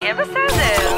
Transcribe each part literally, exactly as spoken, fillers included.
יהיה בסדר.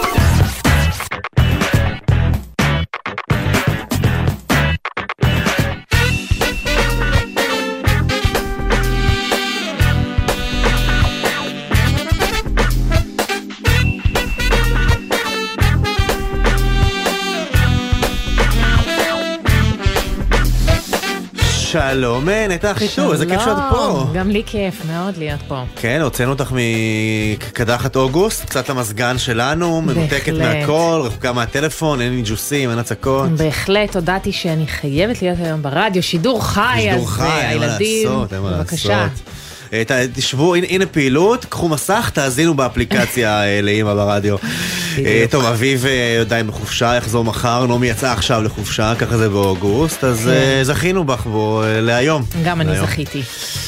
שלום, נטע חיטוב, איזה כיף שאת פה. גם לי כיף, מאוד להיות פה. כן, הוצאנו אותך מקדחת אוגוסט, קצת למסגן שלנו, מנותקת מהכל, רחוקה מהטלפון, אין לי ג'וסים, אין הצקות. בהחלט, הודעתי שאני חייבת להיות היום ברדיו, שידור חי, שידור חי, אין מה לעשות, אין מה לעשות. תשבו, הנה פעילות, קחו מסך, תאזינו באפליקציה לאמא ברדיו. טוב, אביב עדיין בחופשה, יחזור מחר, נעמי יצאה עכשיו לחופשה, ככה זה באוגוסט, אז זכינו בך בו להיום. גם אני זכיתי.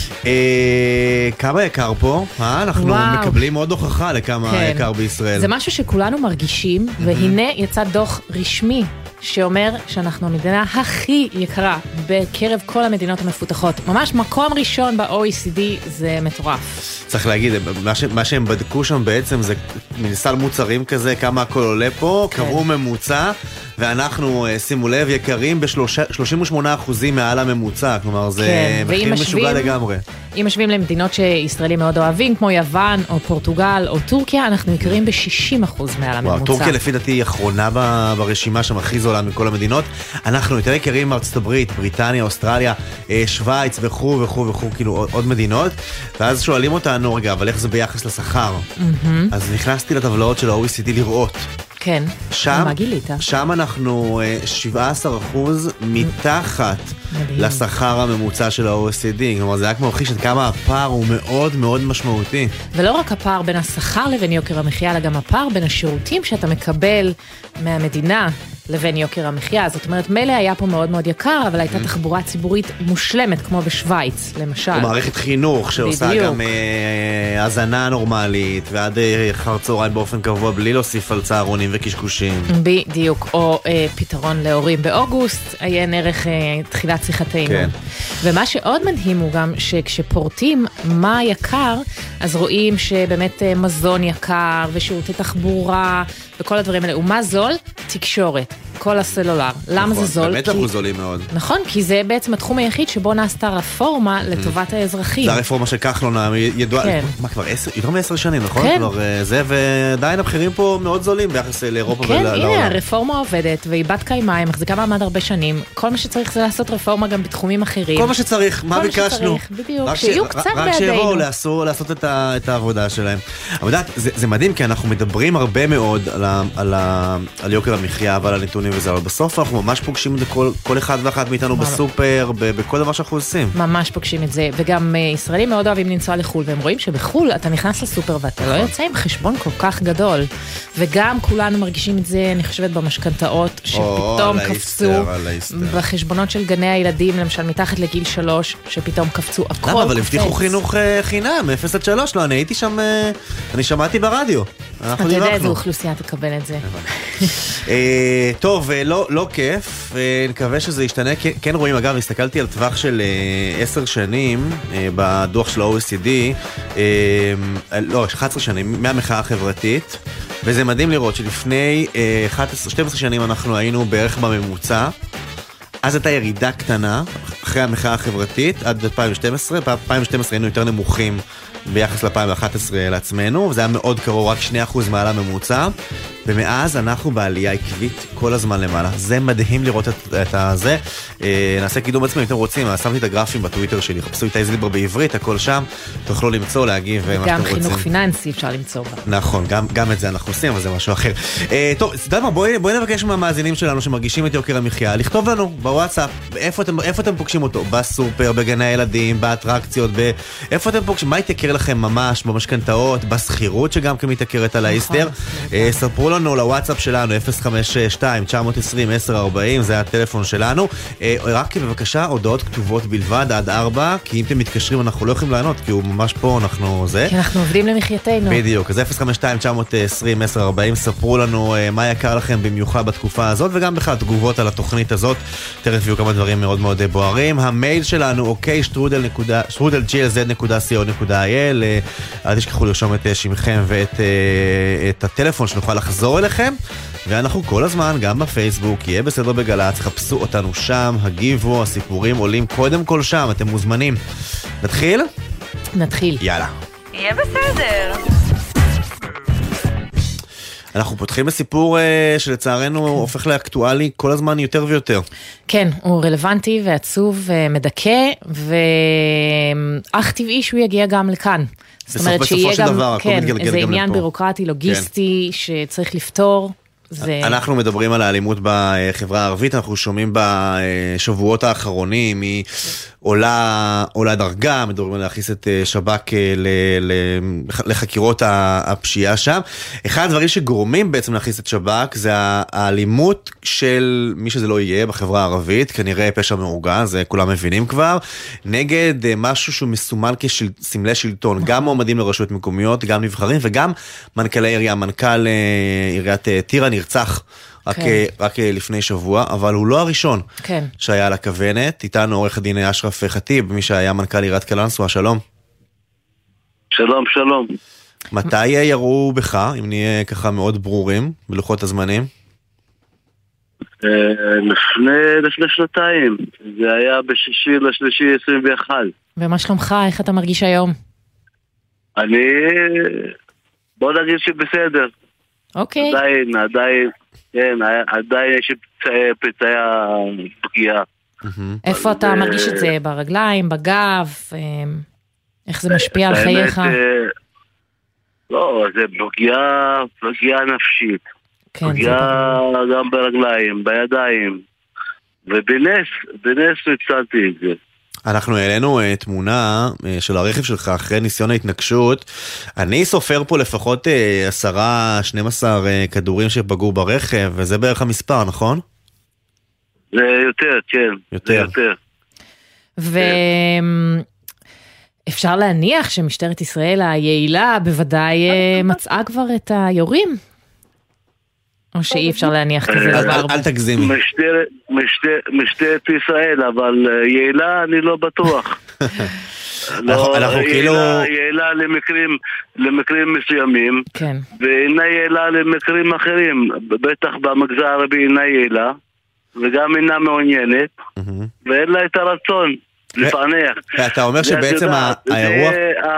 כמה יקר פה? אנחנו מקבלים עוד הוכחה לכמה יקר בישראל. זה משהו שכולנו מרגישים, והנה יצא דוח רשמי שאומר שאנחנו המדינה הכי יקרה בקרב כל המדינות המפותחות. ממש מקום ראשון ב-O E C D, זה מטורף. צריך להגיד, מה, ש, מה שהם בדקו שם בעצם זה מין סל מוצרים כזה, כמה הכל עולה פה, כן. קבעו ממוצע, ואנחנו, שימו לב, יקרים ב-שלושים ושמונה אחוז מעל הממוצע, כלומר זה כן. מחיר משוגע לגמרי. אם משווים למדינות שישראלים מאוד אוהבים, כמו יוון או פורטוגל או טורקיה, אנחנו יקרים ב-שישים אחוז מעל הממוצע. וואו, טורקיה לפי דעתי היא אחרונה ברשימה שם הכי זולה מכל המדינות. אנחנו יותר יקרים מארצות הברית, בריטניה, אוסטרליה, שוויץ וכו' וכו' וכו', כאילו עוד מדינות. ואז שואלים אותנו, רגע, אבל איך זה ביחס לשכר? אז נכנסתי לטבלאות של ה-O E C D לראות. כן, שם, מה גילית? שם אנחנו שבעה עשר אחוז מתחת לשכר הממוצע של ה-O E C D. כלומר, זה היה כמו הוכיח עד כמה הפער הוא מאוד מאוד משמעותי. ולא רק הפער בין השכר לבין יוקר המחיה, אלא גם הפער בין השירותים שאתה מקבל מהמדינה לבין יוקר המחיה. זאת אומרת, מלא היה פה מאוד מאוד יקר, אבל הייתה תחבורה ציבורית מושלמת, כמו בשוויץ, למשל. ומערכת חינוך שעושה גם הזנה נורמלית, ועד אחר צהריים באופן קבוע, בלי להוסיף על צהרונים וקשקושים. בדיוק, או פתרון להורים באוגוסט, עיין ערך תחילת שיחתנו. כן. ומה שעוד מדהים הוא גם שכשפורטים מה יקר, אז רואים שבאמת מזון יקר, ושירותי תחבורה, וכל הדברים האלה. ומה זול? תקשורת. כל הסלולר. למה זה זול? באמת אנחנו זולים מאוד. נכון, כי זה בעצם התחום היחיד שבו נעשתה רפורמה לטובת האזרחים. זה הרפורמה של כחלון, ידוע, מה כבר, יותר מעשר שנים, נכון? כבר זה, ועדיין הבחירים פה מאוד זולים ביחס לאירופה ולעולם. כן, הנה, הרפורמה עובדת, והיא בת קיימה, היא מחזיקה מעמד הרבה שנים. כל מה שצריך זה לעשות רפורמה גם בתחומים אחרים. כל מה שצריך, מה ביקשנו? בדיוק, שיהיו קצת בידינו. רק שיבואו לעשות את העבודה שלהם. אבל זה מדהים, כי אנחנו מדברים הרבה מאוד על יוקר המחיה ועל הנתונים וזה, אבל בסוף אנחנו ממש פוגשים את זה כל, כל אחד ואחת מאיתנו בסופר, ב, בכל דבר שאנחנו עושים. ממש פוגשים את זה, וגם uh, ישראלים מאוד אוהבים לנסוע לחול, והם רואים שבחול אתה נכנס לסופר ואתה לא יוצא עם חשבון כל כך גדול, וגם כולנו מרגישים את זה, אני חושבת במשכנתאות, שפתאום או, קפצו, בחשבונות של גני הילדים, למשל מתחת לגיל שלוש, שפתאום קפצו, הכל למה, אבל הבטיחו חינוך uh, חינם, אפס עד שלוש, לא, אני הייתי שם, uh, אני שמעתי ברדיו. אתה יודע איזו אוכלוסייה תקבל את זה. טוב, לא כיף, נקווה שזה ישתנה. כן רואים, אגב, הסתכלתי על טווח של עשר שנים בדוח של ה-O E C D, לא, אחת עשרה שנים, מהמחאה החברתית, וזה מדהים לראות שלפני שתים עשרה שנים אנחנו היינו בערך בממוצע, אז הייתה ירידה קטנה אחרי המחאה החברתית עד אלפיים ושתים עשרה, ב-אלפיים ושתים עשרה היינו יותר נמוכים ביחס ל-אלפיים ואחת עשרה לעצמנו, וזה היה מאוד קרוב, רק שני אחוז מעל הממוצע, ומאז אנחנו בעלייה עקבית כל הזמן למעלה. זה מדהים לראות את, את הזה. אה, נעשה קידום עצמי, אם אתם רוצים, שמתי את הגרפים בטוויטר שלי, חפשו איתי זילבר בעברית, הכל שם, תוכלו למצוא, להגיב מה שאתם רוצים. גם חינוך פיננסי אפשר למצוא בה. נכון, גם, גם את זה אנחנו עושים, אבל זה משהו אחר. אה, טוב, סדמה, בואי, בואי נבקש מהמאזינים שלנו שמרגישים את יוקר המחיה, לכתוב לנו בוואטסאפ, איפה אתם, איפה אתם פוגשים אותו? בסופר, בגני הילדים, באטרקציות, ב... איפה אתם פוגשים? מה יתייקר לכם ממש במשכנתאות, בסחירות שגם כמתייקרת על האיסטר? אה, ספרו לנו לנו לוואטסאפ שלנו, אפס חמש שתיים תשע עשרים עשר ארבעים, זה הטלפון שלנו. רק בבקשה, הודעות כתובות בלבד עד ארבע, כי אם אתם מתקשרים אנחנו לא יכולים לענות, כי הוא ממש פה, אנחנו זה. כי אנחנו עובדים למחייתנו. בדיוק, אז אפס חמש שתיים תשע עשרים עשר ארבעים, ספרו לנו מה יקר לכם במיוחד בתקופה הזאת, וגם בכלל תגובות על התוכנית הזאת, תכף יהיו כמה דברים מאוד מאוד בוערים. המייל שלנו, אוקיי, שטרודל ג'י אל זד נקודה סי או נקודה איי אל, אל תשכחו לרשום את שמכם ואת את הטלפון שנוכל לחזור אליכם, ואנחנו כל הזמן, גם בפייסבוק, יהיה בסדר בגלץ, חפשו אותנו שם, הגיבו, הסיפורים עולים קודם כל שם, אתם מוזמנים. נתחיל? נתחיל. יאללה. יהיה בסדר. אנחנו פותחים בסיפור uh, שלצערנו הופך לאקטואלי כל הזמן יותר ויותר. כן, הוא רלוונטי ועצוב ומדכא, ואך טבעי שהוא יגיע גם לכאן. זאת אומרת שיהיה גם, דבר, כן, איזה עניין בירוקרטי, לוגיסטי, כן. שצריך לפתור. זה... אנחנו מדברים על האלימות בחברה הערבית, אנחנו שומעים בשבועות האחרונים, היא עולה, עולה דרגה, מדברים על להכניס את שב"כ ל, ל, לחקירות הפשיעה שם. אחד הדברים שגורמים בעצם להכניס את שב"כ, זה האלימות של מי שזה לא יהיה בחברה הערבית, כנראה פשע מאורגן, זה כולם מבינים כבר, נגד משהו שהוא מסומן כסמלי שלטון, גם מועמדים לרשויות מקומיות, גם נבחרים, וגם מנכ"לי עירייה, מנכ"ל עיריית טירה נרצח רק, כן. רק לפני שבוע, אבל הוא לא הראשון כן. שהיה על הכוונת. איתנו עורך הדין אשרף חטיב, מי שהיה מנכ"ל עיריית קלנסווה, שלום. שלום, שלום. מתי יראו בך, אם נהיה ככה מאוד ברורים, בלוחות הזמנים? לפני, לפני שנתיים, זה היה בשישי לשלישי עשרים ואחת. ומה שלומך? איך אתה מרגיש היום? אני, בוא נגיד שבסדר. אוקיי. עדיין, עדיין, כן, עדיין יש פצעי פגיעה. איפה אתה מרגיש את זה? ברגליים, בגב? איך זה משפיע על חייך? לא, זה פגיעה, פגיעה נפשית. פגיעה גם ברגליים, בידיים. ובנס, בנס הצלתי את זה. אנחנו העלינו תמונה של הרכב שלך אחרי ניסיון ההתנגשות. אני סופר פה לפחות עשרה, שנים עשר כדורים שפגעו ברכב, וזה בערך המספר, נכון? זה יותר, כן. יותר. ואפשר להניח שמשטרת ישראל היעילה בוודאי מצאה כבר את היורים? או שאי אפשר להניח כזה דבר? אל תגזימי. משטרת ישראל, אבל יעילה אני לא בטוח. יעילה למקרים מסוימים, ואינה יעילה למקרים אחרים. בטח במגזר הערבי אינה יעילה, וגם אינה מעוניינת, ואין לה את הרצון לפענח. אתה אומר שבעצם האירוע...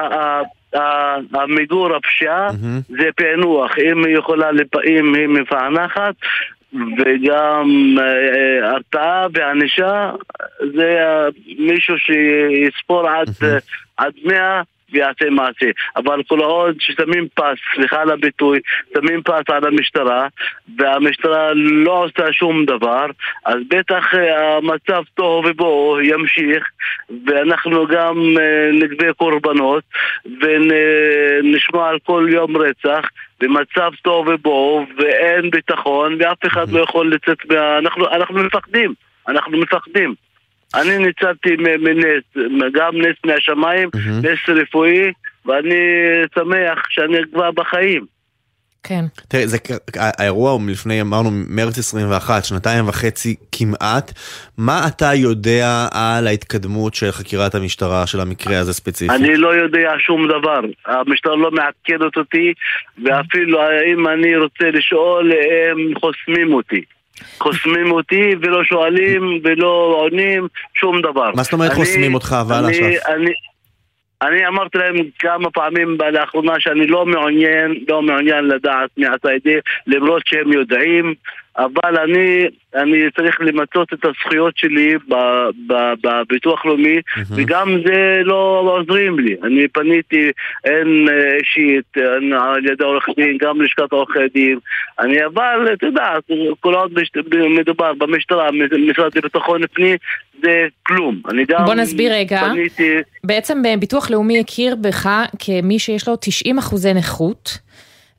המיגור הפשיעה זה פענוח, אם היא יכולה, אם היא מפענחת, וגם הרתעה וענישה, זה מישהו שיספור עד מאה ויעשה מעשה. אבל כל עוד ששמים פס, סליחה על הביטוי, שמים פס על המשטרה, והמשטרה לא עושה שום דבר, אז בטח המצב טוב ובו ימשיך, ואנחנו גם נגבה קורבנות, ונשמע על כל יום רצח, במצב טוב ובו, ואין ביטחון, ואף אחד לא יכול לצאת, אנחנו, אנחנו מפחדים, אנחנו מפחדים. אני ניצלתי מנס, גם נס מהשמיים, נס רפואי, ואני שמח שאני כבר בחיים. כן. תראה, זה, האירוע הוא לפני, אמרנו, מרץ עשרים ואחת, שנתיים וחצי כמעט. מה אתה יודע על ההתקדמות של חקירת המשטרה של המקרה הזה ספציפי? אני לא יודע שום דבר. המשטרה לא מעדכנת אותי, ואפילו אם אני רוצה לשאול, הם חוסמים אותי. חוסמים אותי ולא שואלים ולא עונים שום דבר. מה זאת אומרת חוסמים אותך? אני, אני, אני אמרתי להם כמה פעמים לאחרונה שאני לא מעוניין, לא מעוניין לדעת מי עשה את זה, למרות שהם יודעים, אבל אני, אני צריך למצות את הזכויות שלי בביטוח לאומי, וגם זה לא עוזרים לי. אני פניתי אין אישית, על ידי עורך דין, גם לשכת עורכי דין. אני אבל, אתה יודע, כל עוד מדובר במשטרה, משרד לביטחון פנים, זה כלום. אני גם בוא נסביר רגע. פניתי... בעצם ביטוח לאומי הכיר בך כמי שיש לו תשעים אחוזי נכות,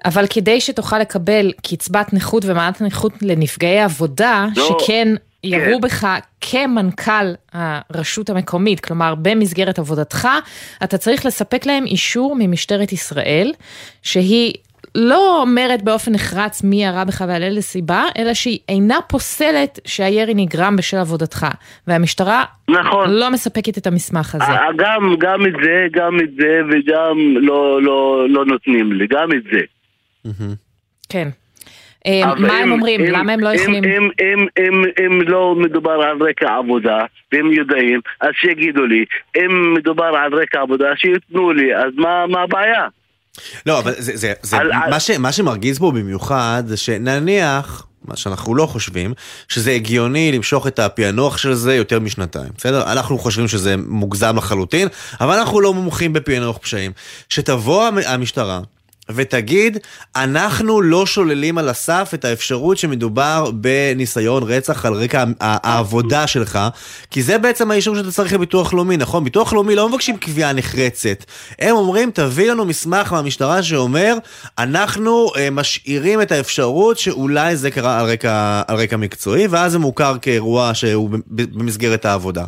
אבל כדי שתוכל לקבל קצבת נכות ומעט נכות לנפגעי עבודה, לא, שכן יראו כן. בך כמנכ"ל הרשות המקומית, כלומר במסגרת עבודתך, אתה צריך לספק להם אישור ממשטרת ישראל, שהיא לא אומרת באופן נחרץ מי ירה בך ועל איזה סיבה, אלא שהיא אינה פוסלת שהירי נגרם בשל עבודתך, והמשטרה נכון. לא מספקת את המסמך הזה. גם, גם את זה, גם את זה, וגם לא, לא, לא נותנים לי, גם את זה. כן. מה הם אומרים? למה הם לא יכולים? אם לא מדובר על רקע עבודה, והם יודעים, אז שיגידו לי. אם מדובר על רקע עבודה, שיתנו לי, אז מה הבעיה? לא, אבל זה, זה, זה, מה ש, מה שמרגיז בו במיוחד, זה שנניח, מה שאנחנו לא חושבים, שזה הגיוני למשוך את הפענוח של זה יותר משנתיים, בסדר? אנחנו חושבים שזה מוגזם לחלוטין, אבל אנחנו לא מומחים בפענוח פשעים. שתבוא המשטרה, ותגיד, אנחנו לא שוללים על הסף את האפשרות שמדובר בניסיון רצח על רקע העבודה שלך, כי זה בעצם האישור שאתה צריך לביטוח לאומי, נכון? ביטוח לאומי לא מבקשים קביעה נחרצת. הם אומרים, תביא לנו מסמך מהמשטרה שאומר, אנחנו משאירים את האפשרות שאולי זה קרה על רקע, על רקע מקצועי, ואז זה מוכר כאירוע שהוא במסגרת העבודה.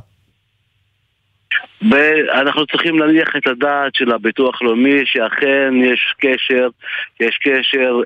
אנחנו צריכים להניח את הדעת של הביטוח לאומי שאכן יש קשר, יש קשר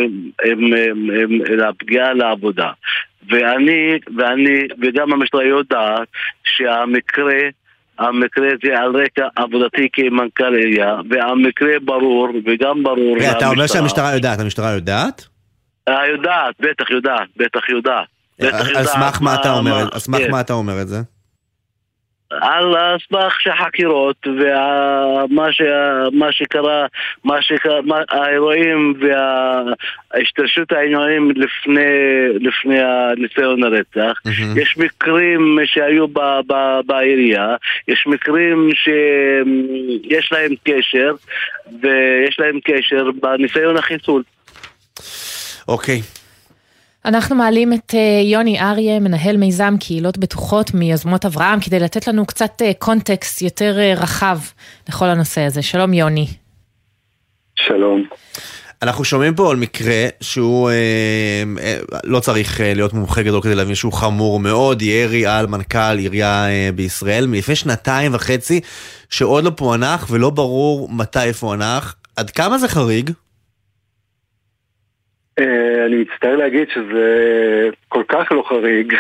לפגיעה לעבודה. ואני, ואני, וגם המשטרה יודעת שהמקרה, המקרה זה על רקע עבודתי כמנכ"ל עירייה, והמקרה ברור, וגם ברור. אתה אומר שהמשטרה יודעת, המשטרה יודעת? יודעת, בטח יודעת, בטח יודעת. על סמך מה אתה אומר, על סמך מה אתה אומר את זה? על הסמך שהחקירות ומה מה שקרה, מה שקרה, האירועים וההשתרשות העניינים לפני לפני הניסיון הרצח. יש מקרים שהיו בעירייה, יש מקרים שיש להם קשר ויש להם קשר בניסיון החיסול. אוקיי. אנחנו מעלים את יוני אריה, מנהל מיזם קהילות בטוחות מיוזמות אברהם, כדי לתת לנו קצת קונטקסט יותר רחב לכל הנושא הזה. שלום יוני. שלום. אנחנו שומעים פה על מקרה שהוא אה, אה, לא צריך להיות מומחה גדול כדי להבין שהוא חמור מאוד, ירי על מנכ"ל עירייה אה, בישראל, מלפני שנתיים וחצי, שעוד לא פוענח ולא ברור מתי פוענח. עד כמה זה חריג? אני מצטער להגיד שזה כל כך לא חריג,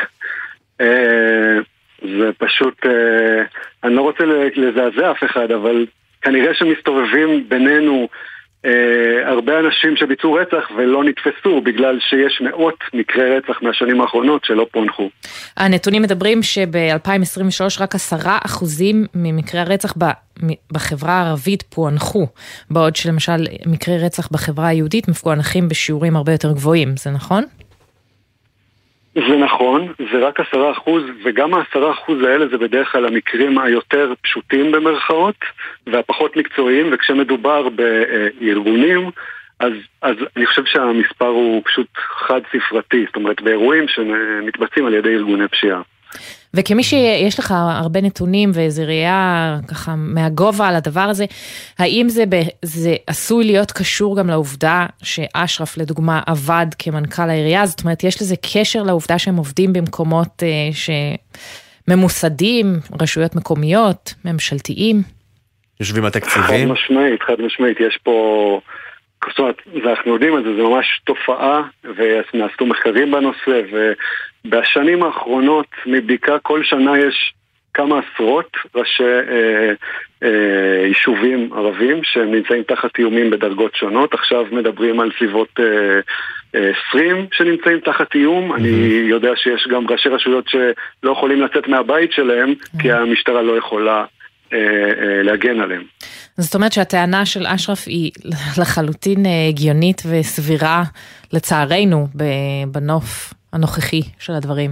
זה פשוט, אני לא רוצה לזעזע אף אחד, אבל כנראה שמסתובבים בינינו הרבה אנשים שביצעו רצח ולא נתפסו, בגלל שיש מאות מקרי רצח מהשנים האחרונות שלא פוענחו. הנתונים מדברים שב-אלפיים עשרים ושלוש רק עשרה אחוזים ממקרי הרצח בחברה הערבית פוענחו, בעוד שלמשל מקרי רצח בחברה היהודית מפוענחים בשיעורים הרבה יותר גבוהים, זה נכון? זה נכון, זה רק עשרה אחוז, וגם העשרה אחוז האלה זה בדרך כלל המקרים היותר פשוטים במרכאות, והפחות מקצועיים, וכשמדובר בארגונים, אז, אז אני חושב שהמספר הוא פשוט חד ספרתי, זאת אומרת, באירועים שמתבצעים על ידי ארגוני פשיעה. וכמי שיש לך הרבה נתונים ואיזו ראייה ככה מהגובה על הדבר הזה, האם זה, זה עשוי להיות קשור גם לעובדה שאשרף לדוגמה עבד כמנכ"ל העירייה? זאת אומרת, יש לזה קשר לעובדה שהם עובדים במקומות שממוסדים, רשויות מקומיות, ממשלתיים? יושבים התקציבים? חד משמעית, חד משמעית, יש פה... זאת אומרת, אנחנו יודעים את זה, זה ממש תופעה, ונעשו מחקרים בנושא, ובשנים האחרונות, מבדיקה כל שנה יש כמה עשרות ראשי אה, אה, יישובים ערבים, שהם נמצאים תחת איומים בדרגות שונות, עכשיו מדברים על סביבות אה, אה, עשרים שנמצאים תחת איום, mm-hmm. אני יודע שיש גם ראשי רשויות שלא יכולים לצאת מהבית שלהם, mm-hmm. כי המשטרה לא יכולה אה, אה, להגן עליהם. זאת אומרת שהטענה של אשרף היא לחלוטין הגיונית וסבירה לצערנו בנוף הנוכחי של הדברים.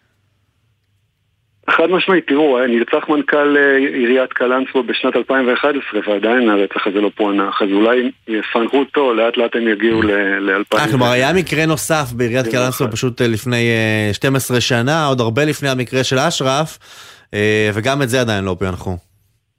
חד משמעית, תראו, נרצח מנכ"ל עיריית קלנסווה בשנת אלפיים ואחת עשרה, ועדיין הרצח הזה לא פוענח, אז אולי יפענחו אותו, לאט לאט הם יגיעו ל-אלפיים. כלומר, היה מקרה נוסף בעיריית קלנסווה פשוט לפני שתים עשרה שנה, עוד הרבה לפני המקרה של אשרף, וגם את זה עדיין לא פוענחו.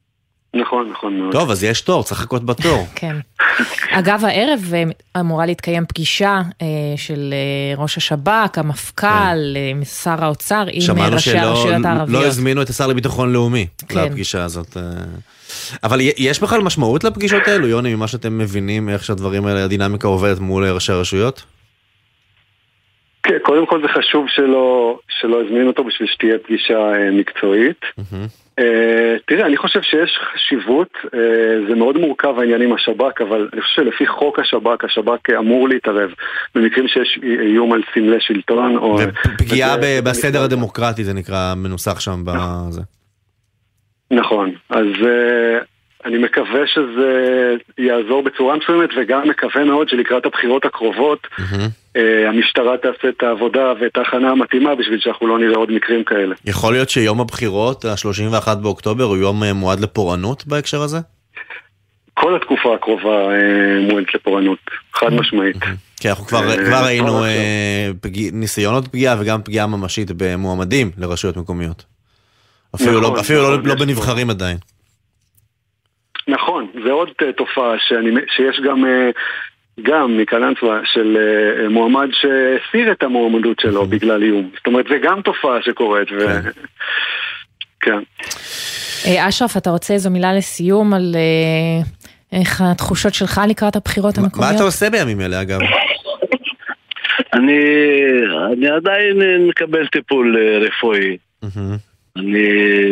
נכון, נכון מאוד. טוב, אז יש תור, צריך לחכות בתור. כן. אגב, הערב אמורה להתקיים פגישה של ראש השב"כ, המפכ"ל, שר האוצר, עם ראשי הרשויות הערביות. שמענו שלא הזמינו את השר לביטחון לאומי לפגישה הזאת. אבל יש בכלל משמעות לפגישות האלו, יוני, ממה שאתם מבינים, איך שהדברים האלה, הדינמיקה עובדת מול ראשי הרשויות? כן, קודם כל זה חשוב שלא, שלא הזמין אותו בשביל שתהיה פגישה מקצועית. תראה, אני חושב שיש חשיבות, זה מאוד מורכב העניין עם השב"כ, אבל אני חושב שלפי חוק השב"כ, השב"כ אמור להתערב במקרים שיש איום על סמלי שלטון. ופגיעה בסדר הדמוקרטי, זה נקרא מנוסח שם בזה. נכון, אז אני מקווה שזה יעזור בצורה מסוימת, וגם מקווה מאוד שלקראת הבחירות הקרובות המשטרה תעשה את העבודה ואת ההכנה המתאימה בשביל שאנחנו לא נראה עוד מקרים כאלה. יכול להיות שיום הבחירות, ה-שלושים ואחד באוקטובר, הוא יום מועד לפורענות בהקשר הזה? כל התקופה הקרובה מועד לפורענות, חד משמעית. כי אנחנו כבר ראינו ניסיונות פגיעה וגם פגיעה ממשית במועמדים לרשויות מקומיות. אפילו לא בנבחרים עדיין. נכון, זה עוד תופעה שיש גם גם מקלנסווה של מועמד שהסיר את המועמדות שלו בגלל איום. זאת אומרת, זה גם תופעה שקורית. כן. אשרף, אתה רוצה איזו מילה לסיום על איך התחושות שלך לקראת הבחירות המקומיות? מה אתה עושה בימים אלה, אגב? אני אני עדיין מקבל טיפול רפואי. אני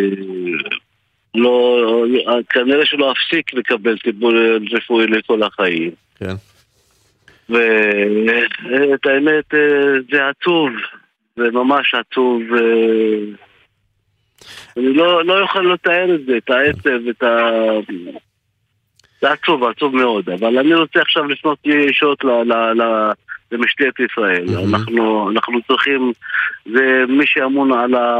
לא, כנראה שלא אפסיק לקבל טיפול רפואי לכל החיים. כן. ואת האמת זה עצוב, זה ממש עצוב. אני לא, לא יכול לתאר את זה, את העצב, את ה... זה עצוב, עצוב מאוד. אבל אני רוצה עכשיו לפנות ישות ל... ל... ל... למשטרת ישראל. Mm-hmm. אנחנו, אנחנו צריכים, זה מי שאמון על ה...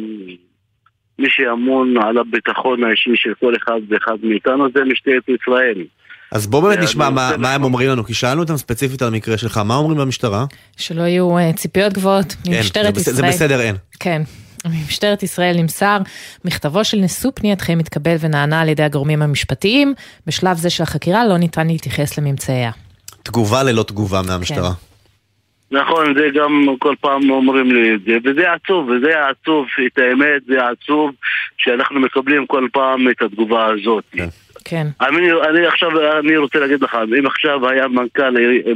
מי שאמון על הביטחון האישי של כל אחד ואחד מאיתנו, זה משטרת ישראל. אז בוא באמת נשמע מה, מה הם אומרים לנו, כי שאלנו אותם ספציפית על המקרה שלך, מה אומרים במשטרה? שלא יהיו ציפיות גבוהות ממשטרת ישראל. זה בסדר, אין. כן. ממשטרת ישראל נמסר, מכתבו של נשוא פנייתכם מתקבל ונענה על ידי הגורמים המשפטיים, בשלב זה של החקירה לא ניתן להתייחס לממצאיה. תגובה ללא תגובה מהמשטרה. נכון, זה גם כל פעם אומרים לי את זה, וזה עצוב, וזה עצוב, את האמת, זה עצוב שאנחנו מקבלים כל פעם את התגובה הזאת. כן. אני, אני עכשיו, אני רוצה להגיד לך, אם עכשיו היה מנכ"ל,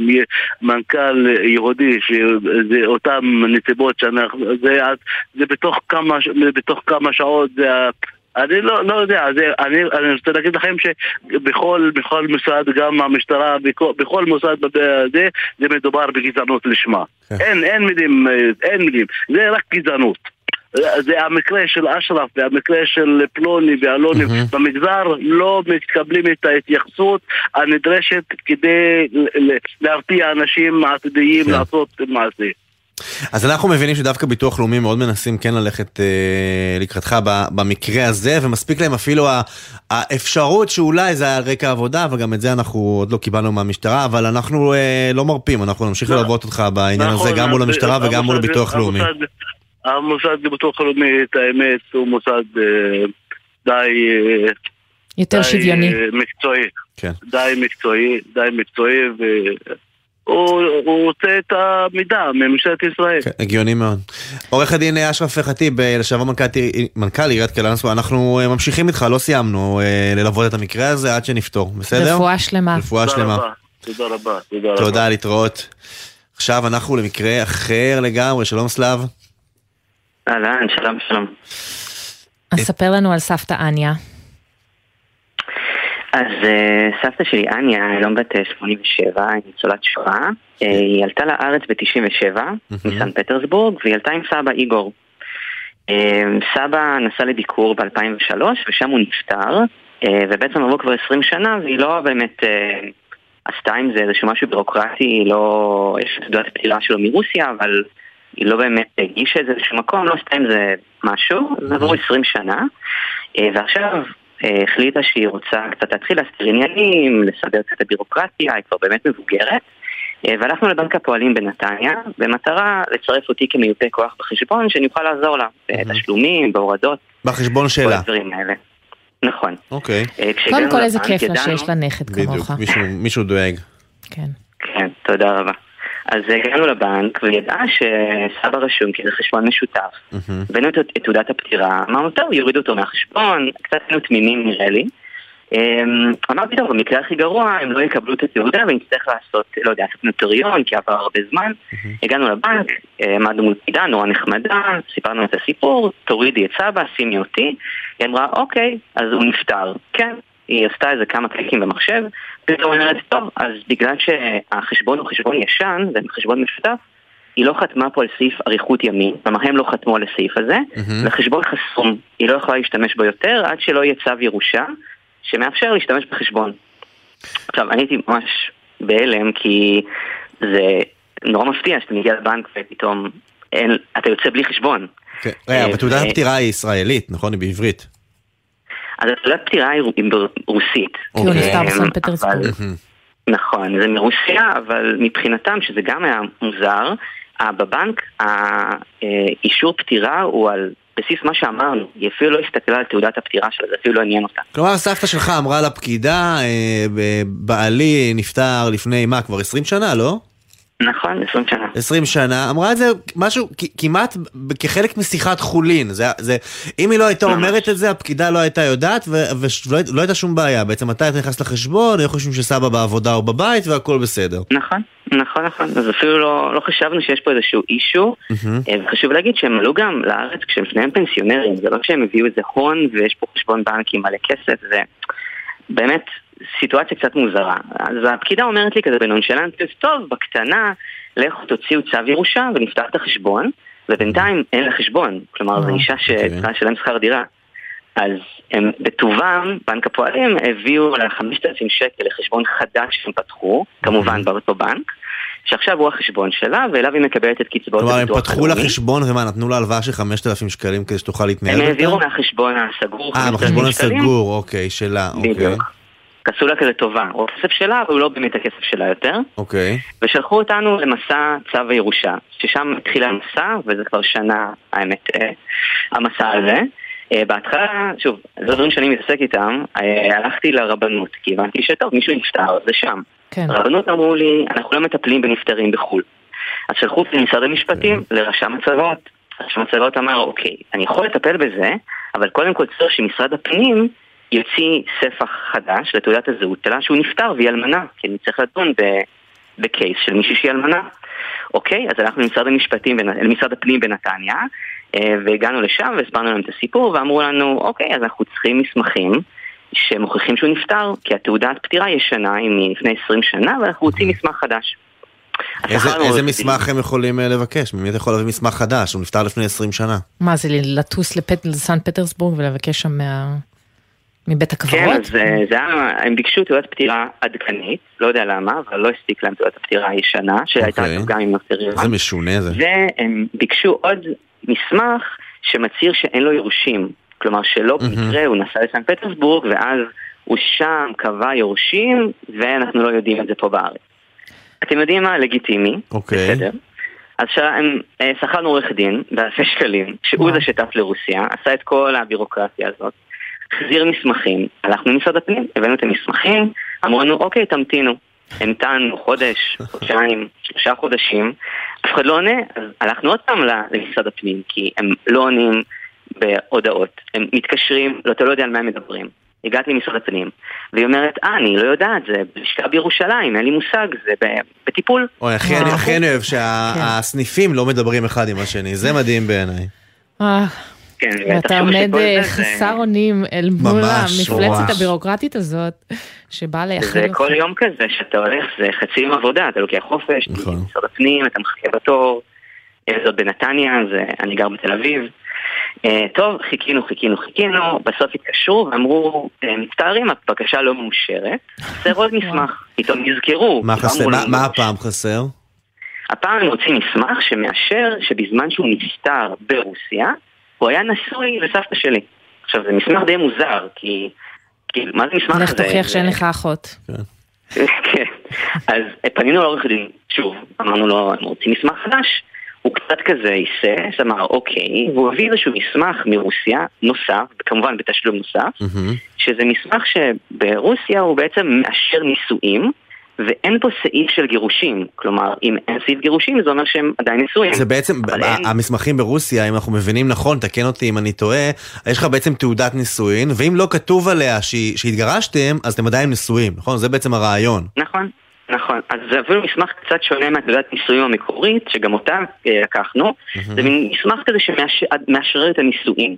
מנכ"ל יהודי, שזה אותם נסיבות שאנחנו, זה, זה בתוך כמה, בתוך כמה שעות, זה אני לא, לא יודע, זה, אני, אני רוצה להגיד לכם שבכל בכל מוסד, גם המשטרה, בכל, בכל מוסד זה, זה מדובר בגזענות לשמה. אין, אין מילים, אין מילים, זה רק גזענות. זה המקרה של אשרף והמקרה של פלוני ואלוני במגזר לא מתקבלים את ההתייחסות הנדרשת כדי להרתיע אנשים עתידיים לעשות מעשה. אז אנחנו מבינים שדווקא ביטוח לאומי מאוד מנסים כן ללכת אה, לקראתך במקרה הזה, ומספיק להם אפילו האפשרות שאולי זה היה על רקע עבודה, וגם את זה אנחנו עוד לא קיבלנו מהמשטרה, אבל אנחנו אה, לא מרפים, אנחנו נמשיך ללוות אותך בעניין הזה, גם מול המשטרה וגם מול הביטוח לאומי. המוסד לביטוח לאומי, את האמת, הוא מוסד די... יותר שוויוני. מקצועי. די מקצועי, די מקצועי, ו... הוא רוצה את המידע מממשלת ישראל. הגיוני מאוד. עורך הדין אשרף חטיב, לשעבר מנכ"ל עיריית קלנסווה, אנחנו ממשיכים איתך, לא סיימנו ללוות את המקרה הזה עד שנפתור, בסדר? רפואה שלמה. רפואה שלמה. תודה רבה. תודה רבה. תודה, להתראות. עכשיו אנחנו למקרה אחר לגמרי, שלום סלאב. אהלן, שלום, שלום. אז ספר לנו על סבתא אניה. אז סבתא שלי, אניה, היום בת שמונים ושבע, היא ניצולת שואה. היא עלתה לארץ ב-תשעים ושבע, מסן פטרסבורג, והיא עלתה עם סבא איגור. סבא נסע לביקור ב-אלפיים ושלוש, ושם הוא נפטר, ובעצם עברו כבר עשרים שנה, והיא לא באמת עשתה עם זה איזשהו משהו בירוקרטי, לא... יש תעודת פטירה שלו מרוסיה, אבל היא לא באמת הגישה את זה איזשהו מקום, לא עשתה עם זה משהו, עברו עשרים שנה, ועכשיו... החליטה שהיא רוצה קצת להתחיל להסתיר עניינים, לסדר קצת הבירוקרטיה, היא כבר באמת מבוגרת, והלכנו לבנק הפועלים בנתניה, במטרה לצרף אותי כמיופה כוח בחשבון, שאני אוכל לעזור לה, בתשלומים, בהורדות. בחשבון שלה. הדברים האלה. נכון. אוקיי. קודם כל איזה כיף לה שיש לה נכד כמוך. בדיוק, מישהו דואג. כן. כן, תודה רבה. אז הגענו לבנק וידעה שסבא רשום כי זה חשבון משותף. הבאנו את תעודת הפטירה, אמרנו טוב, יורידו אותו מהחשבון, קצת היינו תמימים נראה לי. אמרתי טוב, במקרה הכי גרוע הם לא יקבלו את התעודה ונצטרך לעשות, לא יודע, לעשות נוטריון כי עבר הרבה זמן. הגענו לבנק, עמדנו מול פקידה נורא נחמדה, סיפרנו את הסיפור, תורידי את סבא, שימי אותי. היא אמרה אוקיי, אז הוא נפטר. כן, היא עשתה איזה כמה קליקים במחשב, פתאום אומרת טוב, אז בגלל שהחשבון הוא חשבון ישן, זה חשבון משותף, היא לא חתמה פה על סעיף אריכות ימין, כלומר הם לא חתמו על הסעיף הזה, זה חשבון חסום, היא לא יכולה להשתמש בו יותר עד שלא יהיה צו ירושה שמאפשר להשתמש בחשבון. עכשיו, אני הייתי ממש בהלם, כי זה נורא מפתיע שאתה מגיע לבנק ופתאום אין, אתה יוצא בלי חשבון. רגע, אבל תעודת הפטירה היא ישראלית, נכון? היא בעברית. אז תעודת הפטירה היא ברוסית. כי הוא נפטר בסן פטרסבורג. נכון, זה מרוסיה, אבל מבחינתם, שזה גם היה מוזר, בבנק האישור פטירה הוא על בסיס מה שאמרנו, היא אפילו לא הסתכלה על תעודת הפטירה שלה, זה אפילו לא עניין אותה. כלומר, סבתא שלך אמרה לפקידה, בעלי נפטר לפני מה, כבר עשרים שנה, לא? נכון, עשרים שנה. עשרים שנה, אמרה את זה משהו כמעט כחלק משיחת חולין. זה, זה, אם היא לא הייתה אומרת את זה, הפקידה לא הייתה יודעת, ולא לא הייתה שום בעיה. בעצם אתה נכנס לחשבון, היו חושבים שסבא בעבודה או בבית, והכל בסדר. נכון, נכון, נכון. אז אפילו לא, לא חשבנו שיש פה איזשהו אישו, וחשוב להגיד שהם עלו גם לארץ כשהם שניהם פנסיונרים, זה לא שהם הביאו איזה הון, ויש פה חשבון בנק עם מלא כסף, זה באמת סיטואציה קצת מוזרה. אז הפקידה אומרת לי כזה בנונשלנטיות, טוב, בקטנה, לכו תוציאו צו ירושה ונפתח את החשבון, ובינתיים אין לה חשבון. כלומר, זו אישה שצריכה לשלם שכר דירה. אז הם בטובם, בנק הפועלים, הביאו לה חמשת אלפים שקל לחשבון חדש שהם פתחו, כמובן באותו בנק, שעכשיו הוא החשבון שלה, ואליו היא מקבלת את קצבאות. כלומר, הם פתחו לה חשבון, ומה, נתנו לה הלוואה של חמשת אלפים שקלים כדי שתוכל להתנהל? הם העבירו מהחשבון הסגור. אה, בחשבון הסגור, אוקיי, שלה, אוקיי. עשו לה כזה טובה, הוא הכסף שלה, אבל הוא לא באמת הכסף שלה יותר. אוקיי. ושלחו אותנו למסע צו הירושה, ששם התחילה המסע, וזה כבר שנה, האמת, המסע הזה. בהתחלה, שוב, זה דברים שאני מתעסק איתם, הלכתי לרבנות, כי הבנתי שטוב, מישהו נפטר, זה שם. כן. הרבנות אמרו לי, אנחנו לא מטפלים בנפטרים בחול. אז שלחו אותי למשרד המשפטים, לרשם הצוות. רשם הצוות אמר, אוקיי, אני יכול לטפל בזה, אבל קודם כל צריך שמשרד הפנים יוציא ספח חדש לתעודת הזהות שלה שהוא נפטר והיא אלמנה, כי אני צריך לדון בקייס של מישהו שהיא אלמנה. אוקיי, אז הלכנו למשרד המשפטים, למשרד הפנים בנתניה, והגענו לשם והסברנו להם את הסיפור, ואמרו לנו, אוקיי, אז אנחנו צריכים מסמכים שמוכיחים שהוא נפטר, כי התעודת פטירה ישנה, היא מלפני עשרים שנה, ואנחנו רוצים מסמך חדש. איזה מסמך הם יכולים לבקש? ממי אתה יכול להביא מסמך חדש? הוא נפטר לפני עשרים שנה. מה, זה לטוס לסן פטרסבורג ולבקש שם מה... מבית הקברות? כן, אז זה היה, הם ביקשו תעודת פטירה עדכנית, לא יודע למה, אבל לא הספיק להם תעודת הפטירה הישנה, שהייתה גם עם נוטריון. זה משונה זה. והם ביקשו עוד מסמך שמצהיר שאין לו ירושים, כלומר שלא במקרה, הוא נסע לסן פטרסבורג, ואז הוא שם קבע יורשים, ואנחנו לא יודעים את זה פה בארץ. אתם יודעים מה? לגיטימי, בסדר. אז הם שכרנו עורך דין באלפי שקלים, שהוא זה שטס לרוסיה, עשה את כל הבירוקרטיה הזאת, החזיר מסמכים, הלכנו למשרד הפנים, הבאנו את המסמכים, אמרנו, אוקיי, תמתינו. המתנו חודש, חודשיים, שלושה חודשים, אף אחד לא עונה, אז הלכנו עוד פעם למשרד הפנים, כי הם לא עונים בהודעות, הם מתקשרים, לא, אתה לא יודע על מה הם מדברים. הגעתי למשרד הפנים, והיא אומרת, אה, אני לא יודעת, זה בלשכה בירושלים, אין לי מושג, זה בטיפול. אוי, הכי אני אוהב שהסניפים לא מדברים אחד עם השני, זה מדהים בעיניי. ואתה עומד חסר אונים אל מול המפלצת הבירוקרטית הזאת, שבאה ליחד. זה כל יום כזה, שאתה הולך, זה חצי יום עבודה, אתה לוקח חופש, במשרד הפנים, אתה מחכה בתור, זאת בנתניה, אני גר בתל אביב. טוב, חיכינו, חיכינו, חיכינו, בסוף התקשרו ואמרו, מצטערים, הבקשה לא מאושרת, חסר עוד מסמך, פתאום נזכרו. מה הפעם חסר? הפעם הם רוצים מסמך שמאשר שבזמן שהוא נפטר ברוסיה, הוא היה נשוי לסבתא שלי. עכשיו, זה מסמך די מוזר, כי, כי מה זה מסמך הזה? לך תוכיח שאין לך אחות. כן. אז פנינו לעורך דין, שוב, אמרנו לו, הם רוצים מסמך חדש, הוא קצת כזה היסס, אמר אוקיי, והוא הביא איזשהו מסמך מרוסיה נוסף, כמובן בתשלום נוסף, mm-hmm. שזה מסמך שברוסיה הוא בעצם מאשר נישואים, ואין פה סעיף של גירושים, כלומר, אם אין סעיף גירושים, זה אומר שהם עדיין נישואים. זה בעצם, אין... המסמכים ברוסיה, אם אנחנו מבינים נכון, תקן אותי אם אני טועה, יש לך בעצם תעודת נישואין, ואם לא כתוב עליה שהתגרשתם, אז אתם עדיין נישואים, נכון? זה בעצם הרעיון. נכון. נכון, אז זה אפילו מסמך קצת שונה מהתעודת נישואים המקורית, שגם אותה לקחנו, זה מין מסמך כזה שמאשרר את הנישואים.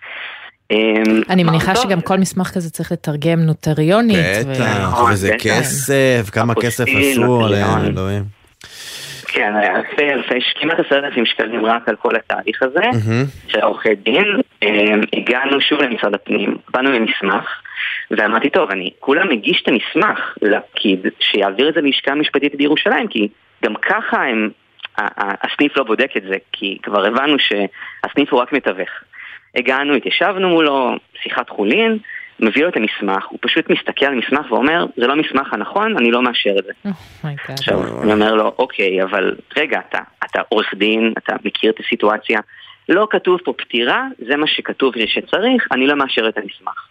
אני מניחה שגם כל מסמך כזה צריך לתרגם נוטריונית. בטח, וזה כסף, כמה כסף עשו עליהם, אלוהים. כן, אלפי, אלפי, כמעט עשרת אלפים שקלים רק על כל התהליך הזה, של עורכי דין. הגענו שוב למשרד הפנים, באנו למסמך, ואמרתי, טוב, אני כולה מגיש את המסמך לפקיד שיעביר את זה ללשכה המשפטית בירושלים, כי גם ככה הם, הסניף לא בודק את זה, כי כבר הבנו שהסניף הוא רק מתווך. הגענו, התיישבנו מולו, שיחת חולין, מביא לו את המסמך, הוא פשוט מסתכל על המסמך ואומר, זה לא מסמך הנכון, אני לא מאשר את זה. עכשיו, אני אומר לו, אוקיי, אבל רגע, אתה, אתה עורך דין, אתה מכיר את הסיטואציה, לא כתוב פה פטירה, זה מה שכתוב שצריך, אני לא מאשר את המסמך.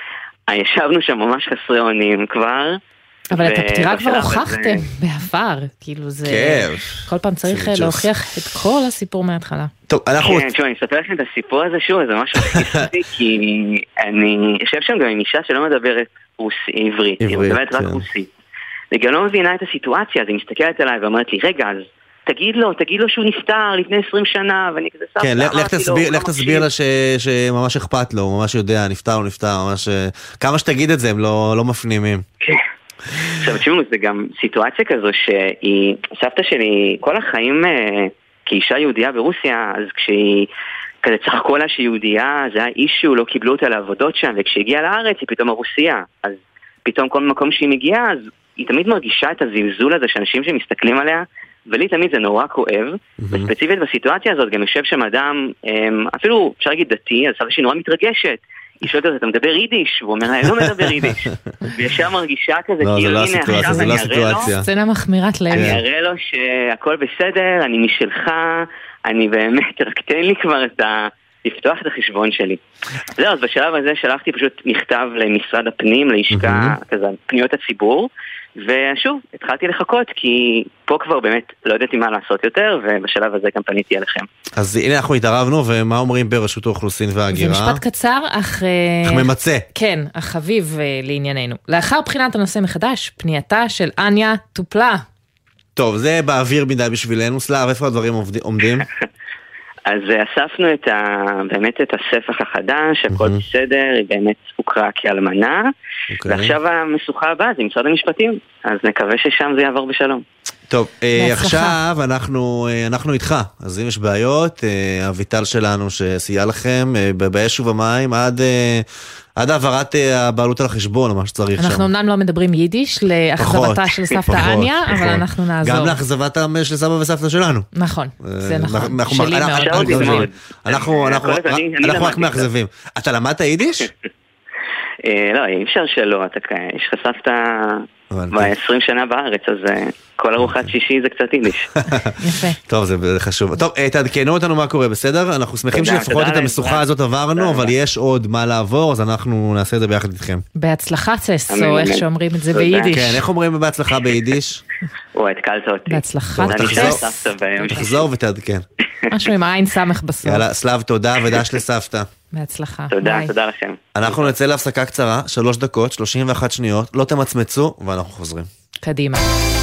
ישבנו שם ממש חסרי אונים כבר. אבל את הפטירה כבר הוכחתם בעבר, כאילו זה... כל פעם צריך להוכיח את כל הסיפור מההתחלה. טוב, אנחנו... כן, שוב, אני אספר לכם את הסיפור הזה שוב, זה ממש מכניס אותי, כי אני יושב שם גם עם אישה שלא מדברת עברית, היא מדברת רק רוסית. וגם לא מבינה את הסיטואציה, אז היא מסתכלת עליי ואומרת לי, רגע, אז תגיד לו, תגיד לו שהוא נפטר לפני עשרים שנה, ואני כזה סבבה. כן, לך תסביר לה שממש אכפת לו, הוא ממש יודע, נפטר או נפטר, ממש... כמה שתגיד את זה, הם לא מפנימים. כן. עכשיו, תשמעו, זה גם סיטואציה כזו שהיא, סבתא שלי, כל החיים כאישה יהודייה ברוסיה, אז כשהיא כזה צחקו לה שהיא יהודייה, זה היה אישו, לא קיבלו אותה לעבודות שם, וכשהגיעה לארץ היא פתאום הרוסיה. אז פתאום כל מקום שהיא מגיעה, אז היא תמיד מרגישה את הזלזול הזה שאנשים שמסתכלים עליה, ולי תמיד זה נורא כואב, וספציפית בסיטואציה הזאת גם יושב שם אדם, אפילו אפשר להגיד דתי, אז סבתא שהיא נורא מתרגשת. היא שואלת אותה, אתה מדבר יידיש? והוא אומר, אני לא מדבר יידיש. וישר מרגישה כזה, כאילו הנה עכשיו אני אראה לו, סצנה מחמירת לב. אני אראה לו שהכל בסדר, אני משלך, אני באמת, רק תן לי כבר את ה... לפתוח את החשבון שלי. זהו, אז בשלב הזה שלחתי פשוט מכתב למשרד הפנים, לשכה, כזה, פניות הציבור, ושוב, התחלתי לחכות, כי פה כבר באמת לא ידעתי מה לעשות יותר, ובשלב הזה גם פניתי אליכם. אז הנה אנחנו התערבנו, ומה אומרים ברשות האוכלוסין וההגירה? זה משפט קצר, אך... אך ממצא. כן, אך חביב לענייננו. לאחר בחינת הנושא מחדש, פנייתה של אניה טופלה. טוב, זה באוויר מדי בשבילנו. סלאב, איפה הדברים עומדים? אז אספנו את ה... באמת את הספח החדש, הכל בסדר, היא באמת הוכרה כאלמנה, ועכשיו המשוכה הבאה זה משרד המשפטים, אז נקווה ששם זה יעבור בשלום. טוב, עכשיו אנחנו, אנחנו איתך, אז אם יש בעיות, הויטל שלנו שסייע לכם באש ובמים עד... עד העברת הבעלות על החשבון, או מה שצריך שם. אנחנו אמנם לא מדברים יידיש לאכזבתה של סבתא אניה, אבל אנחנו נעזור. גם לאכזבתה של סבא וסבתא שלנו. נכון, זה נכון. שלי מאוד. אנחנו רק מאכזבים. אתה למדת יידיש? לא, אי אפשר שלא. יש לך סבתא ב-עשרים שנה בארץ, אז כל ארוחת שישי זה קצת יידיש. יפה. טוב, זה חשוב. טוב, תעדכנו אותנו מה קורה, בסדר? אנחנו שמחים שלפחות את המשוכה הזאת עברנו, אבל יש עוד מה לעבור, אז אנחנו נעשה את זה ביחד איתכם. בהצלחה צסו, איך שאומרים את זה ביידיש. כן, איך אומרים בהצלחה ביידיש? וואי, התקלת אותי. בהצלחה צס. תחזור ותעדכן. משהו עם עין סמך בסוף. יאללה, סלאב, תודה ודש לסבתא. בהצלחה. תודה, תודה לכם. אנחנו נצא להפסקה קצרה, שלוש דקות, שלושים ואחת שניות, לא תמצמצו, ואנחנו חוזרים. קדימה.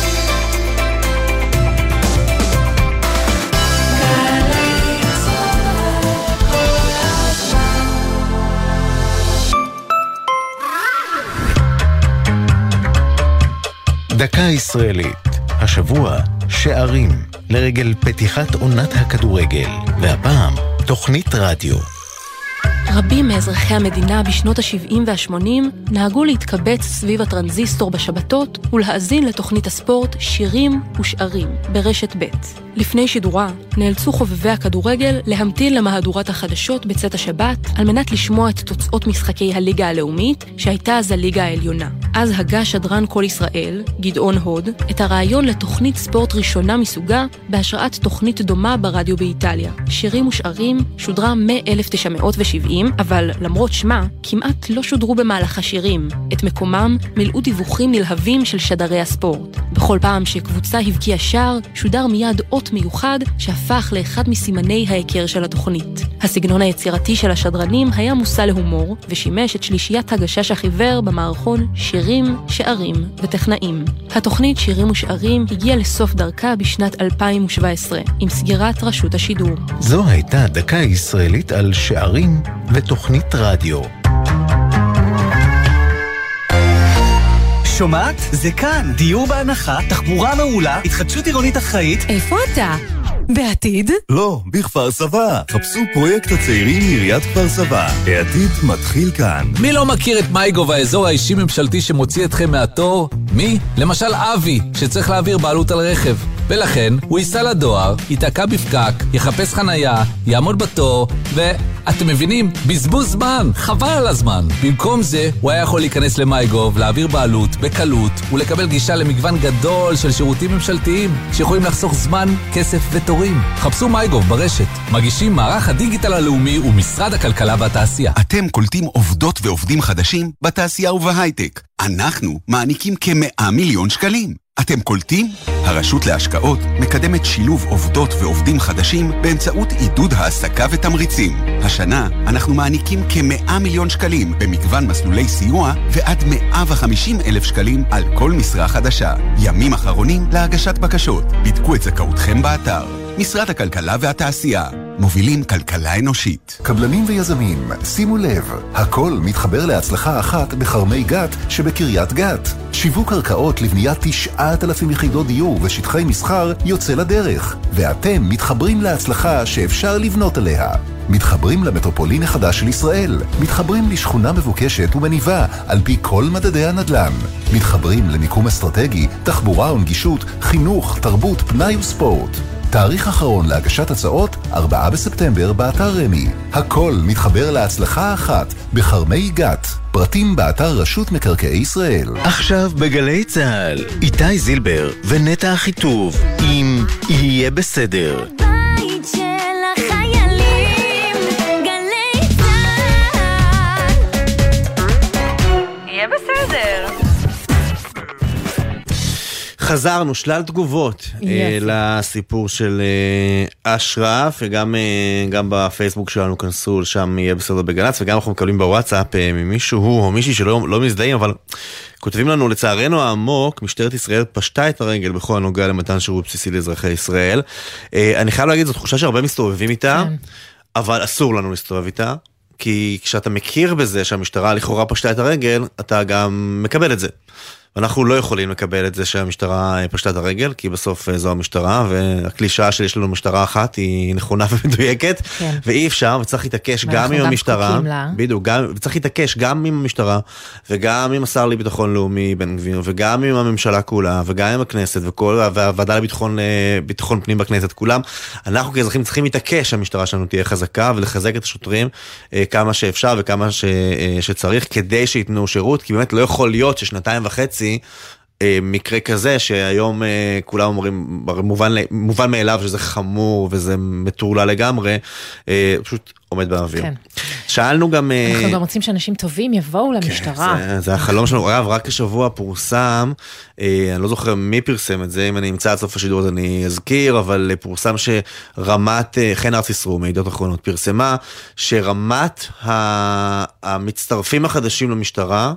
דקה ישראלית, השבוע שערים לרגל פתיחת עונת הכדורגל, והפעם תוכנית רדיו. רבים מאזרחי המדינה בשנות ה-שבעים וה-שמונים נהגו להתקבץ סביב הטרנזיסטור בשבתות ולהאזין לתוכנית הספורט שירים ושערים ברשת ב'. לפני שידורה נאלצו חובבי הכדורגל להמתין למהדורת החדשות בצאת השבת על מנת לשמוע את תוצאות משחקי הליגה הלאומית שהייתה אז הליגה העליונה. אז הגה שדרן כל ישראל, גדעון הוד, את הרעיון לתוכנית ספורט ראשונה מסוגה בהשראת תוכנית דומה ברדיו באיטליה. שירים ושערים שודרה מ-אלף תשע מאות שבעים, אבל למרות שמה, כמעט לא שודרו במהלך השירים. את מקומם מילאו דיווחים נלהבים של שדרי הספורט. בכל פעם שקבוצה הבקיעה שער, שודר מיד אות מיוחד שהפך לאחד מסימני ההיכר של התוכנית. הסגנון היצירתי של השדרנים היה מושא להומור, ושימש את שלישיית הגשש החיוור במערכון שירים, שערים וטכנאים. התוכנית שירים ושערים הגיעה לסוף דרכה בשנת אלפיים ושבע עשרה, עם סגירת רשות השידור. זו הייתה דקה ישראלית על שערים ותוכנית רדיו. שומעת? זה כאן. דיור בהנחה, תחבורה מעולה, התחדשות עירונית אחראית. איפה אתה? בעתיד? לא, בכפר סבא. חפשו פרויקט הצעירים מעיריית כפר סבא. העתיד מתחיל כאן. מי לא מכיר את מייגו והאזור האישי ממשלתי שמוציא אתכם מהתור? מי? למשל אבי, שצריך להעביר בעלות על רכב. ולכן הוא ייסע לדואר, ייתקע בפקק, יחפש חנייה, יעמוד בתור, ואתם מבינים, בזבוז זמן, חבל על הזמן. במקום זה, הוא היה יכול להיכנס למייגוב, להעביר בעלות, בקלות, ולקבל גישה למגוון גדול של שירותים ממשלתיים, שיכולים לחסוך זמן, כסף ותורים. חפשו מייגוב ברשת. מגישים מערך הדיגיטל הלאומי ומשרד הכלכלה והתעשייה. אתם קולטים עובדות ועובדים חדשים בתעשייה ובהייטק. אנחנו מעניקים כמאה מיליון שקלים. אתם קולטים? הרשות להשקעות מקדמת שילוב עובדות ועובדים חדשים באמצעות עידוד העסקה ותמריצים. השנה אנחנו מעניקים כמאה מיליון שקלים במגוון מסלולי סיוע ועד מאה וחמישים אלף שקלים על כל משרה חדשה. ימים אחרונים להגשת בקשות. בדקו את זכאותכם באתר. משרד הכלכלה והתעשייה. מובילים כלכלה אנושית. קבלנים ויזמים, שימו לב, הכל מתחבר להצלחה אחת בחרמי גת שבקריית גת. שיווק קרקעות לבניית תשעת אלפים יחידות דיור ושטחי מסחר יוצא לדרך, ואתם מתחברים להצלחה שאפשר לבנות עליה. מתחברים למטרופולין החדש של ישראל, מתחברים לשכונה מבוקשת ומניבה על פי כל מדדי הנדל"ן, מתחברים למיקום אסטרטגי, תחבורה ונגישות, חינוך, תרבות, פנאי וספורט. תאריך אחרון להגשת הצעות, ארבעה בספטמבר באתר רמי. הכל מתחבר להצלחה אחת בחרמי גת. פרטים באתר רשות מקרקעי ישראל. עכשיו בגלי צהל, איתי זילבר ונטע החיטוב עם יהיה בסדר. יהיה בסדר. חזרנו, שלל תגובות אה, לסיפור של אה, אשרף, וגם אה, גם בפייסבוק שלנו כנסו, שם יהיה בסדר בגלץ, וגם אנחנו מקבלים בוואטסאפ אה, ממישהו או מישהי שלא לא מזדהים, אבל כותבים לנו, לצערנו העמוק, משטרת ישראל פשטה את הרגל בכל הנוגע למתן שירות בסיסי לאזרחי ישראל. אה, אני חייב להגיד, זו תחושה שהרבה מסתובבים איתה, כן. אבל אסור לנו להסתובב איתה, כי כשאתה מכיר בזה שהמשטרה לכאורה פשטה את הרגל, אתה גם מקבל את זה. ואנחנו לא יכולים לקבל את זה שהמשטרה פשטה את הרגל, כי בסוף זו המשטרה, והקלישה שיש לנו משטרה אחת היא נכונה ומדויקת, כן. ואי אפשר, וצריך להתעקש גם עם המשטרה, בדיוק, גם, וצריך להתעקש גם עם המשטרה, וגם עם השר לביטחון לאומי בן גביר, וגם עם הממשלה כולה, וגם עם הכנסת, וכל, והוועדה לביטחון ביטחון פנים בכנסת, כולם, אנחנו כאזרחים צריכים להתעקש שהמשטרה שלנו תהיה חזקה, ולחזק את השוטרים כמה שאפשר, וכמה ש, שצריך, כדי שיתנו שירות, כי באמת לא יכול להיות ששנתיים וחצי מקרה כזה שהיום כולם אומרים מובן, מובן מאליו שזה חמור וזה מטורלה לגמרי, פשוט עומד באוויר. כן. שאלנו גם... אנחנו גם רוצים שאנשים טובים יבואו למשטרה. כן, זה, זה החלום שלנו. רב, רק השבוע פורסם, אני לא זוכר מי פרסם את זה, אם אני אמצא עד סוף השידור אז אני אזכיר, אבל פורסם שרמת, חן ארציסרו מידיעות אחרונות פרסמה, שרמת המצטרפים החדשים למשטרה,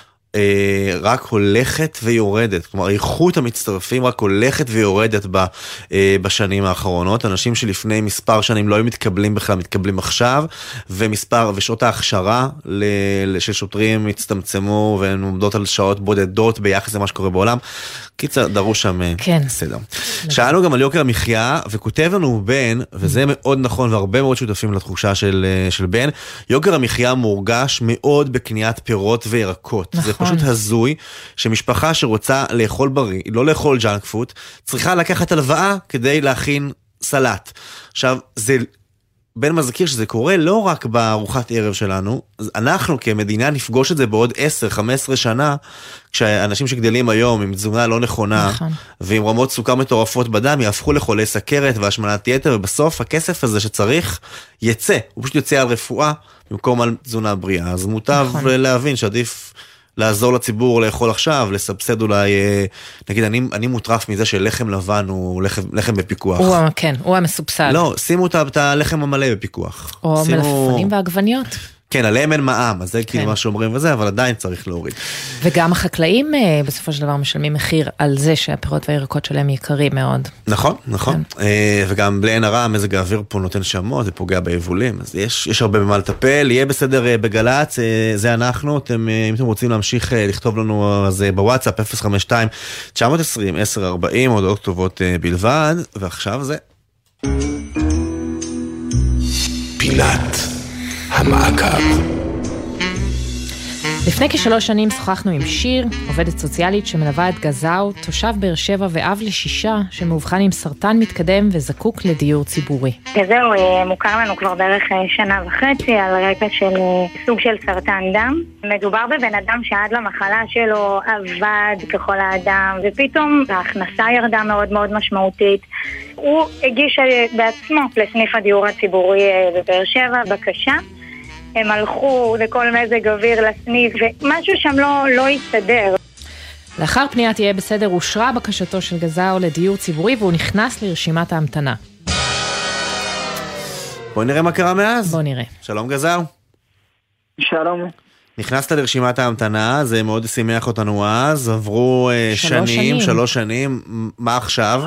רק הולכת ויורדת, כלומר איכות המצטרפים רק הולכת ויורדת בשנים האחרונות. אנשים שלפני מספר שנים לא היו מתקבלים בכלל, מתקבלים עכשיו, ומספר ושעות ההכשרה של שוטרים הצטמצמו והן עומדות על שעות בודדות ביחס למה שקורה בעולם. קיצר, דרוש שם כן. סדר. שאלנו גם על יוקר המחיה, וכותב לנו בן, וזה מאוד נכון והרבה מאוד שותפים לתחושה של, של בן, יוקר המחיה מורגש מאוד בקניית פירות וירקות. נכון. זה פשוט הזוי שמשפחה שרוצה לאכול בריא, לא לאכול ג'אנק פוד, צריכה לקחת הלוואה כדי להכין סלט. עכשיו, זה בן מזכיר שזה קורה לא רק בארוחת ערב שלנו, אנחנו כמדינה נפגוש את זה בעוד עשר חמש עשרה שנה, כשאנשים שגדלים היום עם תזונה לא נכונה, נכון. ועם רמות סוכר מטורפות בדם, יהפכו לחולי סכרת והשמנת יתר, ובסוף הכסף הזה שצריך יצא, הוא פשוט יוצא על רפואה, במקום על תזונה בריאה. אז מוטב נכון. להבין שעדיף לעזור לציבור לאכול עכשיו, לסבסד אולי, נגיד, אני, אני מוטרף מזה שלחם לבן הוא לחם, לחם בפיקוח. הוא, כן, הוא המסובסד. לא, שימו את הלחם המלא בפיקוח. או שימו... מלפפונים ועגבניות. כן, עליהם אין מע"מ, אז זה כאילו מה שאומרים וזה, אבל עדיין צריך להוריד. וגם החקלאים בסופו של דבר משלמים מחיר על זה שהפירות והירקות שלהם יקרים מאוד. נכון, נכון. וגם בלי עין הרע, מזג האוויר פה נותן שמות, זה פוגע ביבולים, אז יש, יש הרבה במה לטפל, יהיה בסדר בגלץ, זה אנחנו, אתם, אם אתם רוצים להמשיך לכתוב לנו, אז בוואטסאפ אפס חמש שתיים תשע עשרים עשר ארבעים, הודעות כתובות בלבד, ועכשיו זה. פינת המעקב. לפני כשלוש שנים שוחחנו עם שיר, עובדת סוציאלית שמלווה את גזאו, תושב באר שבע ואב לשישה, שמאובחן עם סרטן מתקדם וזקוק לדיור ציבורי. גזאו מוכר לנו כבר בערך שנה וחצי על רקע של סוג של סרטן דם. מדובר בבן אדם שעד למחלה שלו עבד ככל האדם, ופתאום ההכנסה ירדה מאוד מאוד משמעותית. הוא הגיש בעצמו לסניף הדיור הציבורי בבאר שבע בקשה. הם הלכו לכל מזג אוויר לסניף, ומשהו שם לא, לא יסתדר. לאחר פנייה תהיה בסדר, אושרה בקשתו של גזאו לדיור ציבורי, והוא נכנס לרשימת ההמתנה. בוא נראה מה קרה מאז. בוא נראה. שלום גזאו. שלום. נכנסת לרשימת ההמתנה, זה מאוד שימח אותנו אז, עברו שלוש שנים, שנים, שלוש שנים, מה עכשיו?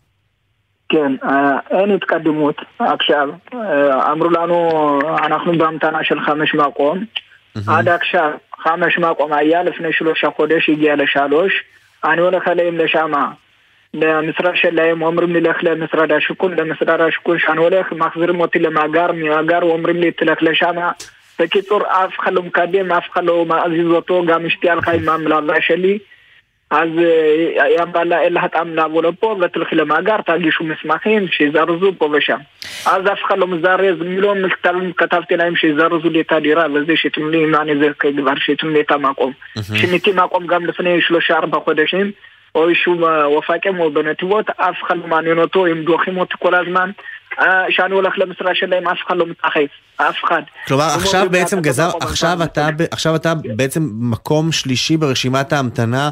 כן, אין התקדמות עכשיו. אמרו לנו, אנחנו בהמתנה של חמש מקום. עד עכשיו, חמש מקום היה, לפני שלושה חודש הגיע לשלוש. אני הולך אליהם לשם, למשרד שלהם, אומרים לי לך למשרד השיקון, למשרד השיקון שאני הולך, מחזירים אותי למאגר, מהאגר אומרים לי תלך לשם. בקיצור, אף אחד לא מקדם, אף אחד לא מעזיז אותו, גם אשתי הלכה עם המלווה שלי. אז היה בעלה אין להטעם לעבור לפה ותלכי למאגר, תגישו מסמכים שיזרזו פה ושם. אז אף אחד לא מזרז, מיליון מכתבים כתבתי להם שיזרזו לי את הדירה וזה שתנו לי מעני זה כדבר, שתנו לי את המקום. שניתי מקום גם לפני שלושה ארבע חודשים, או יישוב אופקים או בנתיבות, אף אחד לא מעניין אותו, הם דוחים אותי כל הזמן. שאני הולך למשרה שלהם, אף אחד לא מתחייף, אף אחד. כלומר, עכשיו בעצם גזר, עכשיו אתה, עכשיו אתה בעצם מקום שלישי ברשימת ההמתנה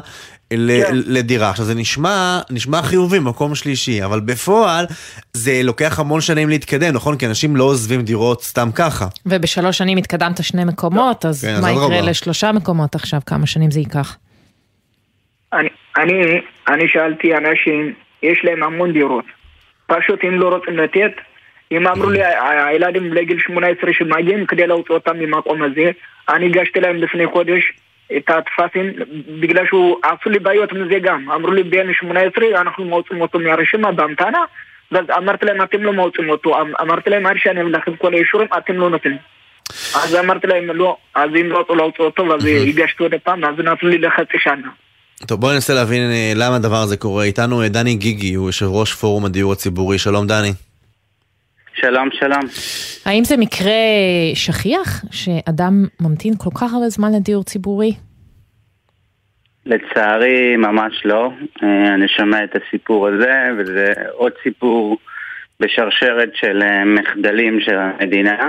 לדירה. עכשיו זה נשמע, נשמע חיובי, מקום שלישי, אבל בפועל זה לוקח המון שנים להתקדם, נכון? כי אנשים לא עוזבים דירות סתם ככה. ובשלוש שנים התקדמת שני מקומות, אז מה יקרה לשלושה מקומות עכשיו? כמה שנים זה ייקח? אני, אני, אני שאלתי אנשים, יש להם המון דירות. פשוט אם לא רוצים לתת, אם אמרו לי הילדים לגיל שמונה עשרה שמגיעים כדי להוציא אותם ממקום הזה, אני הגשתי להם לפני חודש את התפסים, בגלל שהוא עשו לי בעיות מזה גם. אמרו לי בין שמונה עשרה אנחנו מוצאים אותו מהרשימה בהמתנה, ואז אמרתי להם אתם לא מוצאים אותו, אמרתי להם עד שאני אביא לכם כל האישורים, אתם לא נותנים. אז אמרתי להם לא, אז אם לא רוצים להוציא אותו, ואז הגשתי עוד פעם, אז נתנו לי לחצי שנה. טוב, בואו ננסה להבין למה הדבר הזה קורה. איתנו דני גיגי, הוא יושב ראש פורום הדיור הציבורי. שלום דני. שלום, שלום. האם זה מקרה שכיח שאדם ממתין כל כך הרבה זמן לדיור ציבורי? לצערי ממש לא. אני שומע את הסיפור הזה, וזה עוד סיפור בשרשרת של מחדלים של המדינה.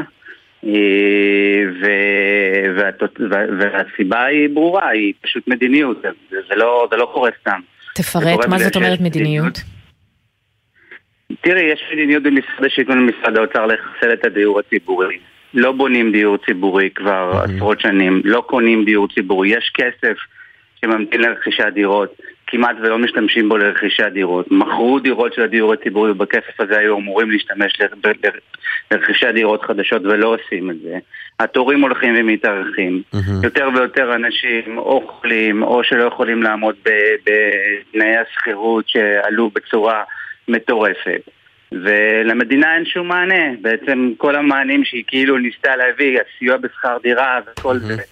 והסיבה היא ברורה, היא פשוט מדיניות, זה לא קורה סתם. תפרט, מה זאת אומרת מדיניות? תראי, יש מדיניות במשרד השיכון ובמשרד האוצר לחסל את הדיור הציבורי. לא בונים דיור ציבורי כבר עשרות שנים, לא קונים דיור ציבורי, יש כסף שממתין לרכישת דירות, כמעט ולא משתמשים בו לרכישת דירות. מכרו דירות של הדיור הציבורי, ובכסף הזה היו אמורים להשתמש לרכישת דירות חדשות ולא עושים את זה. התורים הולכים ומתארחים. יותר ויותר אנשים או חולים או שלא יכולים לעמוד בתנאי השכירות שעלו בצורה מטורפת. ולמדינה אין שום מענה. בעצם כל המענים שהיא כאילו ניסתה להביא, הסיוע בשכר דירה וכל זה,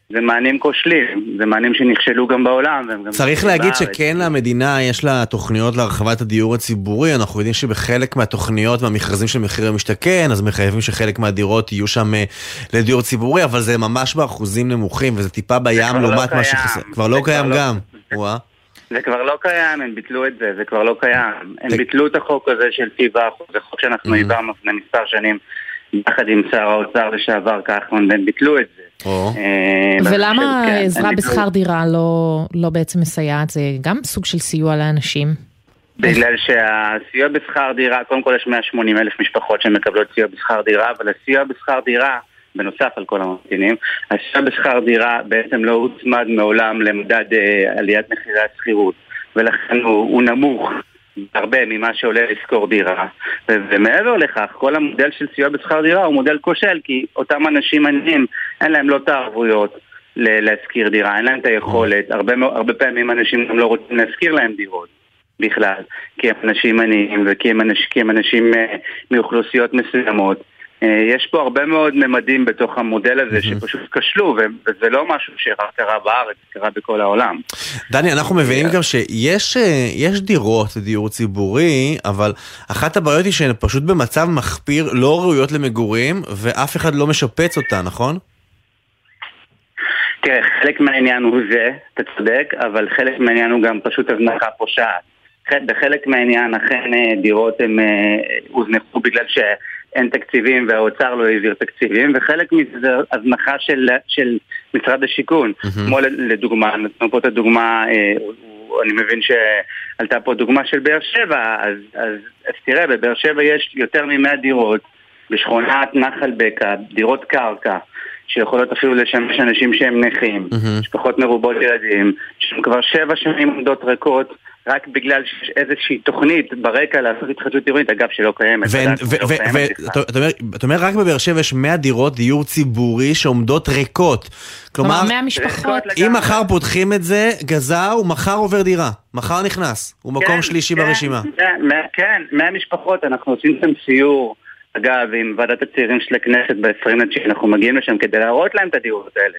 זה מענים כושלים, זה מענים שנכשלו גם בעולם. צריך להגיד שכן למדינה יש לה תוכניות להרחבת הדיור הציבורי, אנחנו יודעים שבחלק מהתוכניות והמכרזים של מחיר המשתכן, אז מחייבים שחלק מהדירות יהיו שם לדיור ציבורי, אבל זה ממש באחוזים נמוכים, וזה טיפה בים לעומת מה שחסר. כבר לא קיים גם. זה כבר לא קיים, הם ביטלו את זה, זה כבר לא קיים. הם ביטלו את החוק הזה של שבעה אחוז, זה חוק שאנחנו העברנו לפני מספר שנים, יחד עם שר האוצר לשעבר כחלון, והם ביטלו את זה. ולמה עזרה בשכר דירה לא בעצם מסייעת? זה גם סוג של סיוע לאנשים? בגלל שהסיוע בשכר דירה, קודם כל יש מאה ושמונים אלף משפחות שמקבלות סיוע בשכר דירה, אבל הסיוע בשכר דירה, בנוסף על כל הממתינים, הסיוע בשכר דירה בעצם לא הוצמד מעולם למדד עליית מחירי השכירות, ולכן הוא, הוא נמוך הרבה ממה שעולה לשכור דירה, ומעבר לכך, כל המודל של סיוע בשכר דירה הוא מודל כושל, כי אותם אנשים עניים, אין להם לא תערבויות להשכיר דירה, אין להם את היכולת, הרבה, הרבה פעמים אנשים גם לא רוצים להשכיר להם דירות בכלל, כי הם אנשים עניים וכי הם אנשים, כי הם אנשים מאוכלוסיות מסוימות. יש פה הרבה מאוד ממדים בתוך המודל הזה שפשוט כשלו, וזה לא משהו שרק קרה בארץ, קרה בכל העולם. דני, אנחנו מבינים גם שיש יש דירות דיור ציבורי, אבל אחת הבעיות היא שהן פשוט במצב מחפיר, לא ראויות למגורים, ואף אחד לא משפץ אותה, נכון? תראה, חלק מהעניין הוא זה, אתה צודק, אבל חלק מהעניין הוא גם פשוט הזנחה פושעת. בחלק מהעניין אכן דירות הם הוזנחו בגלל ש... אין תקציבים והאוצר לא העביר תקציבים, וחלק מזה הזנחה של, של משרד השיכון. Mm-hmm. כמו לדוגמה, נתנו פה את הדוגמה, אה, אני מבין שעלתה פה דוגמה של באר שבע, אז, אז, אז תראה, בבאר שבע יש יותר ממאה דירות, בשכונת נחל בקע, דירות קרקע, שיכולות אפילו לשמש אנשים שהם נכים, mm-hmm. משפחות מרובות ילדים, שהם כבר שבע שנים עומדות ריקות, רק בגלל שיש איזושהי תוכנית ברקע לעשות התחדשות עירונית, אגב שלא קיימת. אתה אומר רק בבאר שבע יש מאה דירות דיור ציבורי שעומדות ריקות. כלומר, מאה משפחות. אם מחר פותחים את זה, גזר, הוא מחר עובר דירה. מחר נכנס. הוא מקום שלישי ברשימה. כן, מאה משפחות. אנחנו עושים שם סיור, אגב, עם ועדת הצעירים של הכנסת ב-עשרים לתשיעי, אנחנו מגיעים לשם כדי להראות להם את הדירות האלה.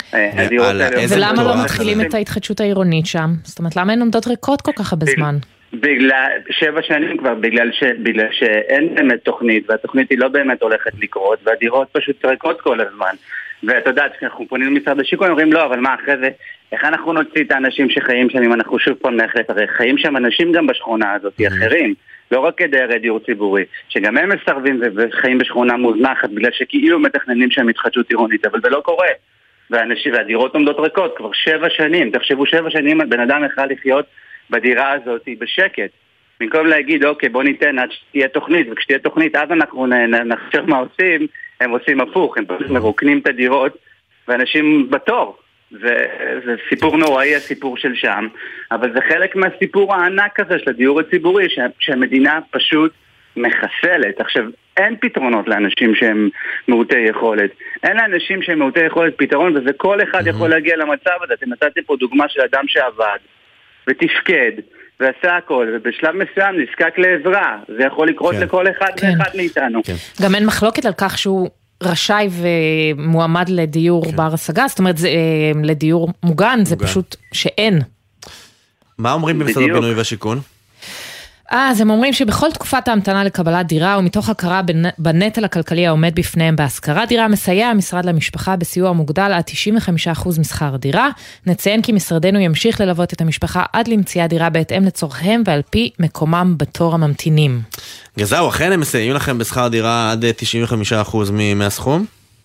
ולמה לא מתחילים את ההתחדשות העירונית שם? זאת אומרת, למה הן עומדות ריקות כל כך הרבה זמן? בגלל שבע שנים כבר, בגלל שאין באמת תוכנית, והתוכנית היא לא באמת הולכת לקרות, והדירות פשוט ריקות כל הזמן. ואתה יודע, כשאנחנו פונים למשרד השיכון, אומרים לא, אבל מה אחרי זה? איך אנחנו נוציא את האנשים שחיים שם, אם אנחנו שוב פעם נחלט, הרי חיים שם אנשים גם בשכונה הזאת, אחרים, לא רק כדאי דיור ציבורי, שגם הם מסרבים וחיים בשכונה מוזנחת, בגלל שכאילו מתכננים שם התחדשות עירונית, אבל זה לא קורה. והאנשים, והדירות עומדות ריקות כבר שבע שנים. תחשבו שבע שנים בן אדם יכול לחיות בדירה הזאת בשקט. במקום להגיד, אוקיי, בוא ניתן עד שתהיה תוכנית, וכשתהיה תוכנית, אז אנחנו נחשב מה עושים, הם עושים הפוך, הם פשוט מרוקנים את הדירות, ואנשים בתור. זה, זה סיפור נוראי, הסיפור של שם, אבל זה חלק מהסיפור הענק הזה של הדיור הציבורי, שהמדינה פשוט מחסלת. עכשיו, אין פתרונות לאנשים שהם מעוטי יכולת. אין לאנשים שהם מעוטי יכולת פתרון, וזה כל אחד mm-hmm. יכול להגיע למצב הזה. אתם נתתם פה דוגמה של אדם שעבד, ותפקד, ועשה הכל, ובשלב מסוים נזקק לעזרה. זה יכול לקרות כן. לכל אחד כן. ואחד מאיתנו. כן. גם אין מחלוקת על כך שהוא רשאי ומועמד לדיור כן. בר השגה, זאת אומרת, זה, לדיור מוגן, מוגן, זה פשוט שאין. מה אומרים במשרד הבינוי והשיכון? אז הם אומרים שבכל תקופת ההמתנה לקבלת דירה ומתוך הכרה בנטל הכלכלי העומד בפניהם בהשכרת דירה, מסייע המשרד למשפחה בסיוע מוגדל עד תשעים וחמישה אחוז משכר דירה. נציין כי משרדנו ימשיך ללוות את המשפחה עד למציאת דירה בהתאם לצורכיהם ועל פי מקומם בתור הממתינים. גזאו, אכן הם מסייעים לכם בשכר דירה עד תשעים וחמישה אחוז מהסכום?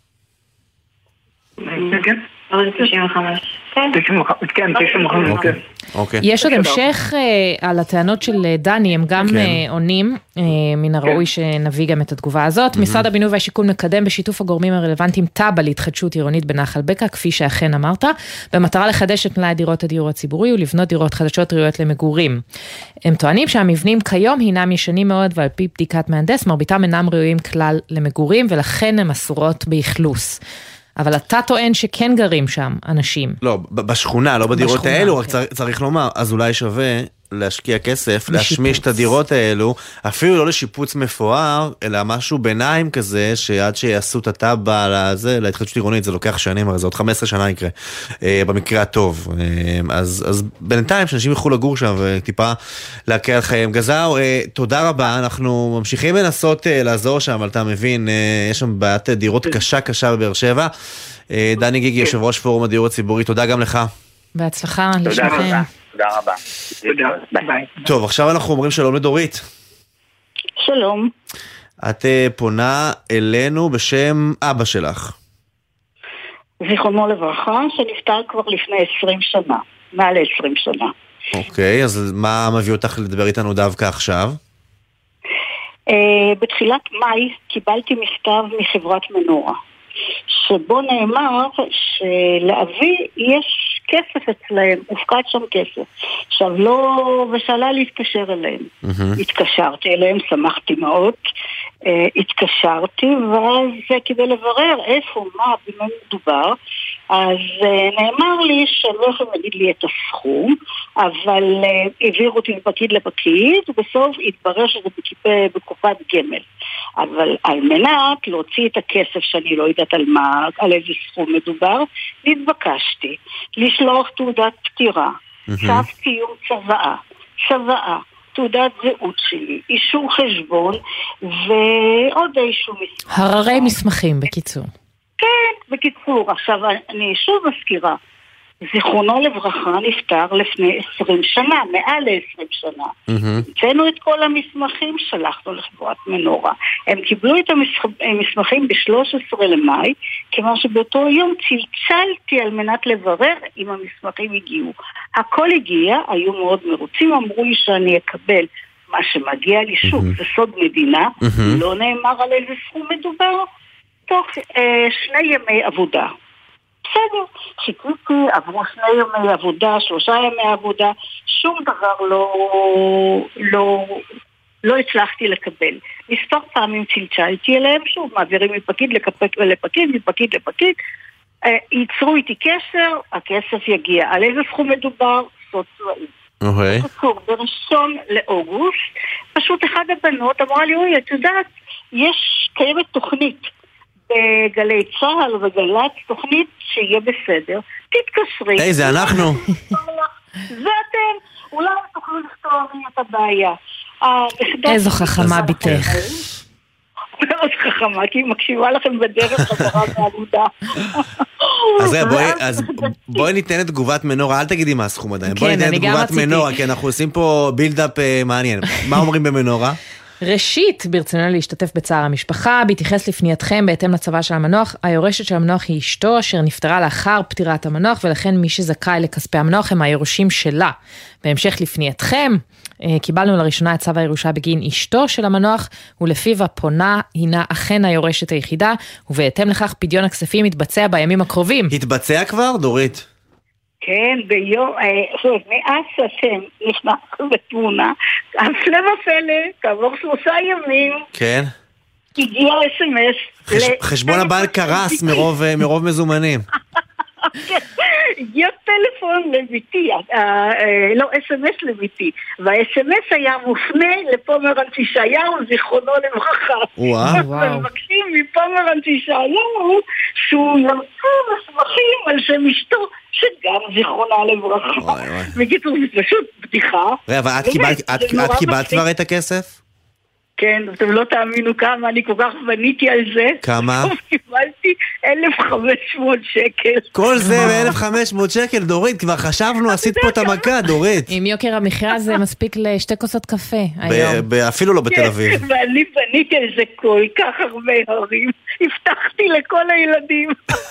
כן. תשעים וחמש. כן, תשעים וחמש. יש עוד המשך על הטענות של דני, הם גם עונים, מן הראוי שנביא גם את התגובה הזאת. משרד הבינוי והשיכון מקדם בשיתוף הגורמים הרלוונטיים טאבה להתחדשות עירונית בנחל בקע, כפי שאכן אמרת, במטרה לחדש את מלאי דירות הדיור הציבורי ולבנות דירות חדשות ראויות למגורים. הם טוענים שהמבנים כיום הינם ישנים מאוד, ועל פי בדיקת מהנדס, מרביתם אינם ראויים כלל למגורים, ולכן הם אסורות באכלוס. אבל אתה טוען שכן גרים שם אנשים. לא, בשכונה, לא בדירות האלו, רק צריך לומר, אז אולי שווה להשקיע כסף, להשמיש את הדירות האלו, אפילו לא לשיפוץ מפואר, אלא משהו ביניים כזה, שעד שיעשו את הטאבה לזה, להתחדשות עירונית, זה לוקח שנים, הרי זה עוד חמש עשרה שנה יקרה, במקרה הטוב. אז, אז בינתיים, שאנשים יוכלו לגור שם, וטיפה להקל על חייהם. גזאו, תודה רבה, אנחנו ממשיכים לנסות לעזור שם, אבל אתה מבין, יש שם בעיית דירות קשה קשה בבאר שבע. דני גיגי, יושב ראש פורום הדיור הציבורי, תודה גם לך. בהצלחה לשניכם. תודה רבה. תודה, ביי. טוב, עכשיו אנחנו אומרים שלום לדורית. שלום. את פונה אלינו בשם אבא שלך. זיכרונו לברכה, שנפטר כבר לפני עשרים שנה, מעל עשרים שנה. אוקיי, אז מה מביא אותך לדבר איתנו דווקא עכשיו? בתחילת מאי קיבלתי מכתב מחברת מנורה, שבו נאמר שלאבי יש כסף אצלהם, הופקד שם כסף. עכשיו לא, ושאלה להתקשר אליהם. Mm-hmm. התקשרתי אליהם, שמחתי מאוד, uh, התקשרתי, ואז כדי לברר איפה, מה, במה מדובר, אז uh, נאמר לי שלא יכולים להגיד לי את הסכום, אבל uh, העבירו אותי מפקיד לפקיד, ובסוף התברר שזה בקופת גמל. אבל על מנת להוציא את הכסף שאני לא יודעת על מה, על איזה סכום מדובר, נתבקשתי לשלוח תעודת פטירה, צו קיום צוואה, צוואה, תעודת זהות שלי, אישור חשבון ועוד אישור מסמך. הררי מסמכים בקיצור. כן, בקיצור. עכשיו אני שוב מזכירה, זיכרונו לברכה נפטר לפני עשרים שנה, מעל עשרים שנה. הוצאנו את כל המסמכים, שלחנו לחברת מנורה. הם קיבלו את המסמכים ב-שלושה עשר למאי, כיוון שבאותו יום צלצלתי על מנת לברר אם המסמכים הגיעו. הכל הגיע, היו מאוד מרוצים, אמרו לי שאני אקבל מה שמגיע לי, שוב, זה סוד מדינה, לא נאמר על איזה סכום מדובר, תוך אה, שני ימי עבודה. בסדר, חיכיתי, עברו שני ימי עבודה, שלושה ימי עבודה, שום דבר לא, לא, לא הצלחתי לקבל. מספר פעמים צלצלתי אליהם, שוב, מעבירים מפקיד לפקיד, לפקיד, מפקיד לפקיד, אה, ייצרו איתי קשר, הכסף יגיע. על איזה סכום מדובר? סוד צבאי. אוקיי. בראשון לאוגוסט, פשוט אחד הבנות אמרה לי, אוי, את יודעת, יש קיימת תוכנית, בגלי צהל ובגלת, תוכנית שיהיה בסדר, תתקשרי. היי, זה אנחנו. זה אתם, אולי תוכלו לפתור את הבעיה. איזו חכמה ביתך. מאוד חכמה, כי היא מקשיבה לכם בדרך חזרה בעבודה. אז בואי ניתן את תגובת מנורה, אל תגידי מה הסכום עדיין. בואי ניתן את תגובת מנורה, כי אנחנו עושים פה בילדאפ מעניין. מה אומרים במנורה? ראשית, ברצוננו להשתתף בצער המשפחה, בהתייחס לפנייתכם בהתאם לצבא של המנוח, היורשת של המנוח היא אשתו, אשר נפטרה לאחר פטירת המנוח, ולכן מי שזכאי לכספי המנוח הם הירושים שלה. בהמשך לפנייתכם, קיבלנו לראשונה את צו הירושה בגין אשתו של המנוח, ולפיו הפונה הינה אכן היורשת היחידה, ובהתאם לכך פדיון הכספים יתבצע בימים הקרובים. התבצע כבר, דורית? כן, ביום, מאז שאתם נכנסו בתמונה, הפלא ופלא, כעבור שלושה ימים, כן. הגיע אס-אם-אס. חשבון הבנק קרס מרוב מזומנים. הגיע טלפון לביתי, לא אס-אם-אס לביתי, והאס-אם-אס היה מופנה לפומרנץ ישעיהו, זיכרונו לברכה. וואו. ומבקשים מפומרנץ ישעיהו שהוא ימצא מסמכים על שם אשתו, שגם זיכרונה לברכה. בקיצור, זה פשוט בדיחה. אבל את קיבלת כבר את הכסף? כן, אתם לא תאמינו כמה, אני כל כך בניתי על זה. כמה? קיבלתי אלף וחמש מאות שקל. כל זה ב-אלף וחמש מאות שקל, דורית, כבר חשבנו, עשית פה את המכה, דורית. עם יוקר המחיה זה מספיק לשתי כוסות קפה היום. אפילו לא בתל אביב. ואני בניתי על זה כל כך הרבה הרים. הבטחתי לכל הילדים.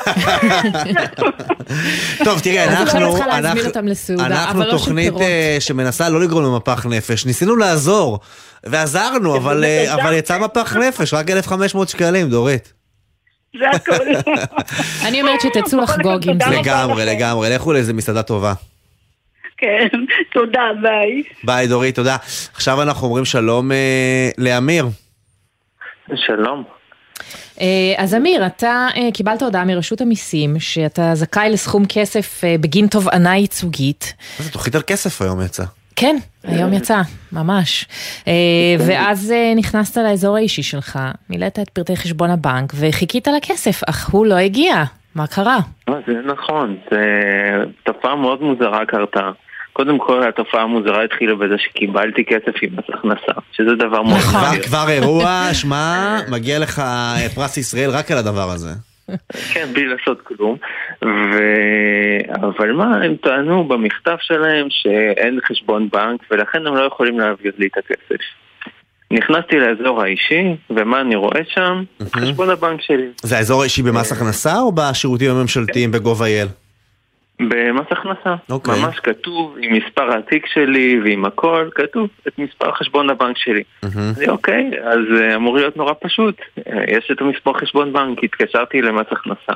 טוב, תראה, אנחנו... אנחנו תוכנית פירות. שמנסה לא לגרום למפח נפש. ניסינו לעזור. ועזרנו, אבל, אבל יצא מפח נפש, רק אלף וחמש מאות שקלים, דורית. זה הכל. אני אומרת שתצאו לחגוג עם זה. לגמרי, לגמרי, לכו לאיזה מסעדה טובה. כן, תודה, ביי. ביי, דורית, תודה. עכשיו אנחנו אומרים שלום אה, לאמיר. שלום. אז אמיר, אתה קיבלת הודעה מרשות המיסים שאתה זכאי לסכום כסף בגין תובענה ייצוגית. זה תוכנית על כסף היום יצא. כן, היום יצא, ממש. ואז נכנסת לאזור האישי שלך, מילאת את פרטי חשבון הבנק, וחיכית לכסף, אך הוא לא הגיע. מה קרה? זה נכון, זה תופעה מאוד מוזרה קרתה. קודם כל, התופעה המוזרה התחילה בזה שקיבלתי כסף עם מס הכנסה, שזה דבר מאוד מוזר. כבר אירוע, שמה, מגיע לך פרס ישראל רק על הדבר הזה. כן, בלי לעשות כלום. ו... אבל מה, הם טענו במכתב שלהם שאין חשבון בנק, ולכן הם לא יכולים להעביר לי את הכסף. נכנסתי לאזור האישי, ומה אני רואה שם? חשבון הבנק שלי. זה האזור האישי במס הכנסה או בשירותים הממשלתיים בגוב.איי.אל? במס הכנסה. ממש כתוב עם מספר העתיק שלי ועם הכל, כתוב את מספר חשבון הבנק שלי. אז אוקיי, אז אמור להיות נורא פשוט. יש את המספר חשבון בנק, התקשרתי למס הכנסה.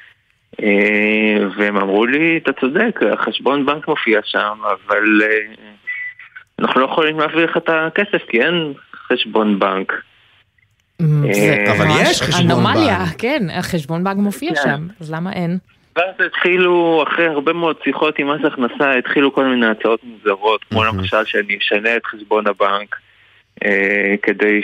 והם אמרו לי, אתה צודק, החשבון בנק מופיע שם, אבל אנחנו לא יכולים להעביר לך את הכסף, כי אין חשבון בנק. אבל יש חשבון בנק. אנומליה, כן, החשבון בנק מופיע שם, אז למה אין? ואז התחילו, אחרי הרבה מאוד שיחות עם מס הכנסה, התחילו כל מיני הצעות מוזרות, כמו למשל שאני אשנה את חשבון הבנק, כדי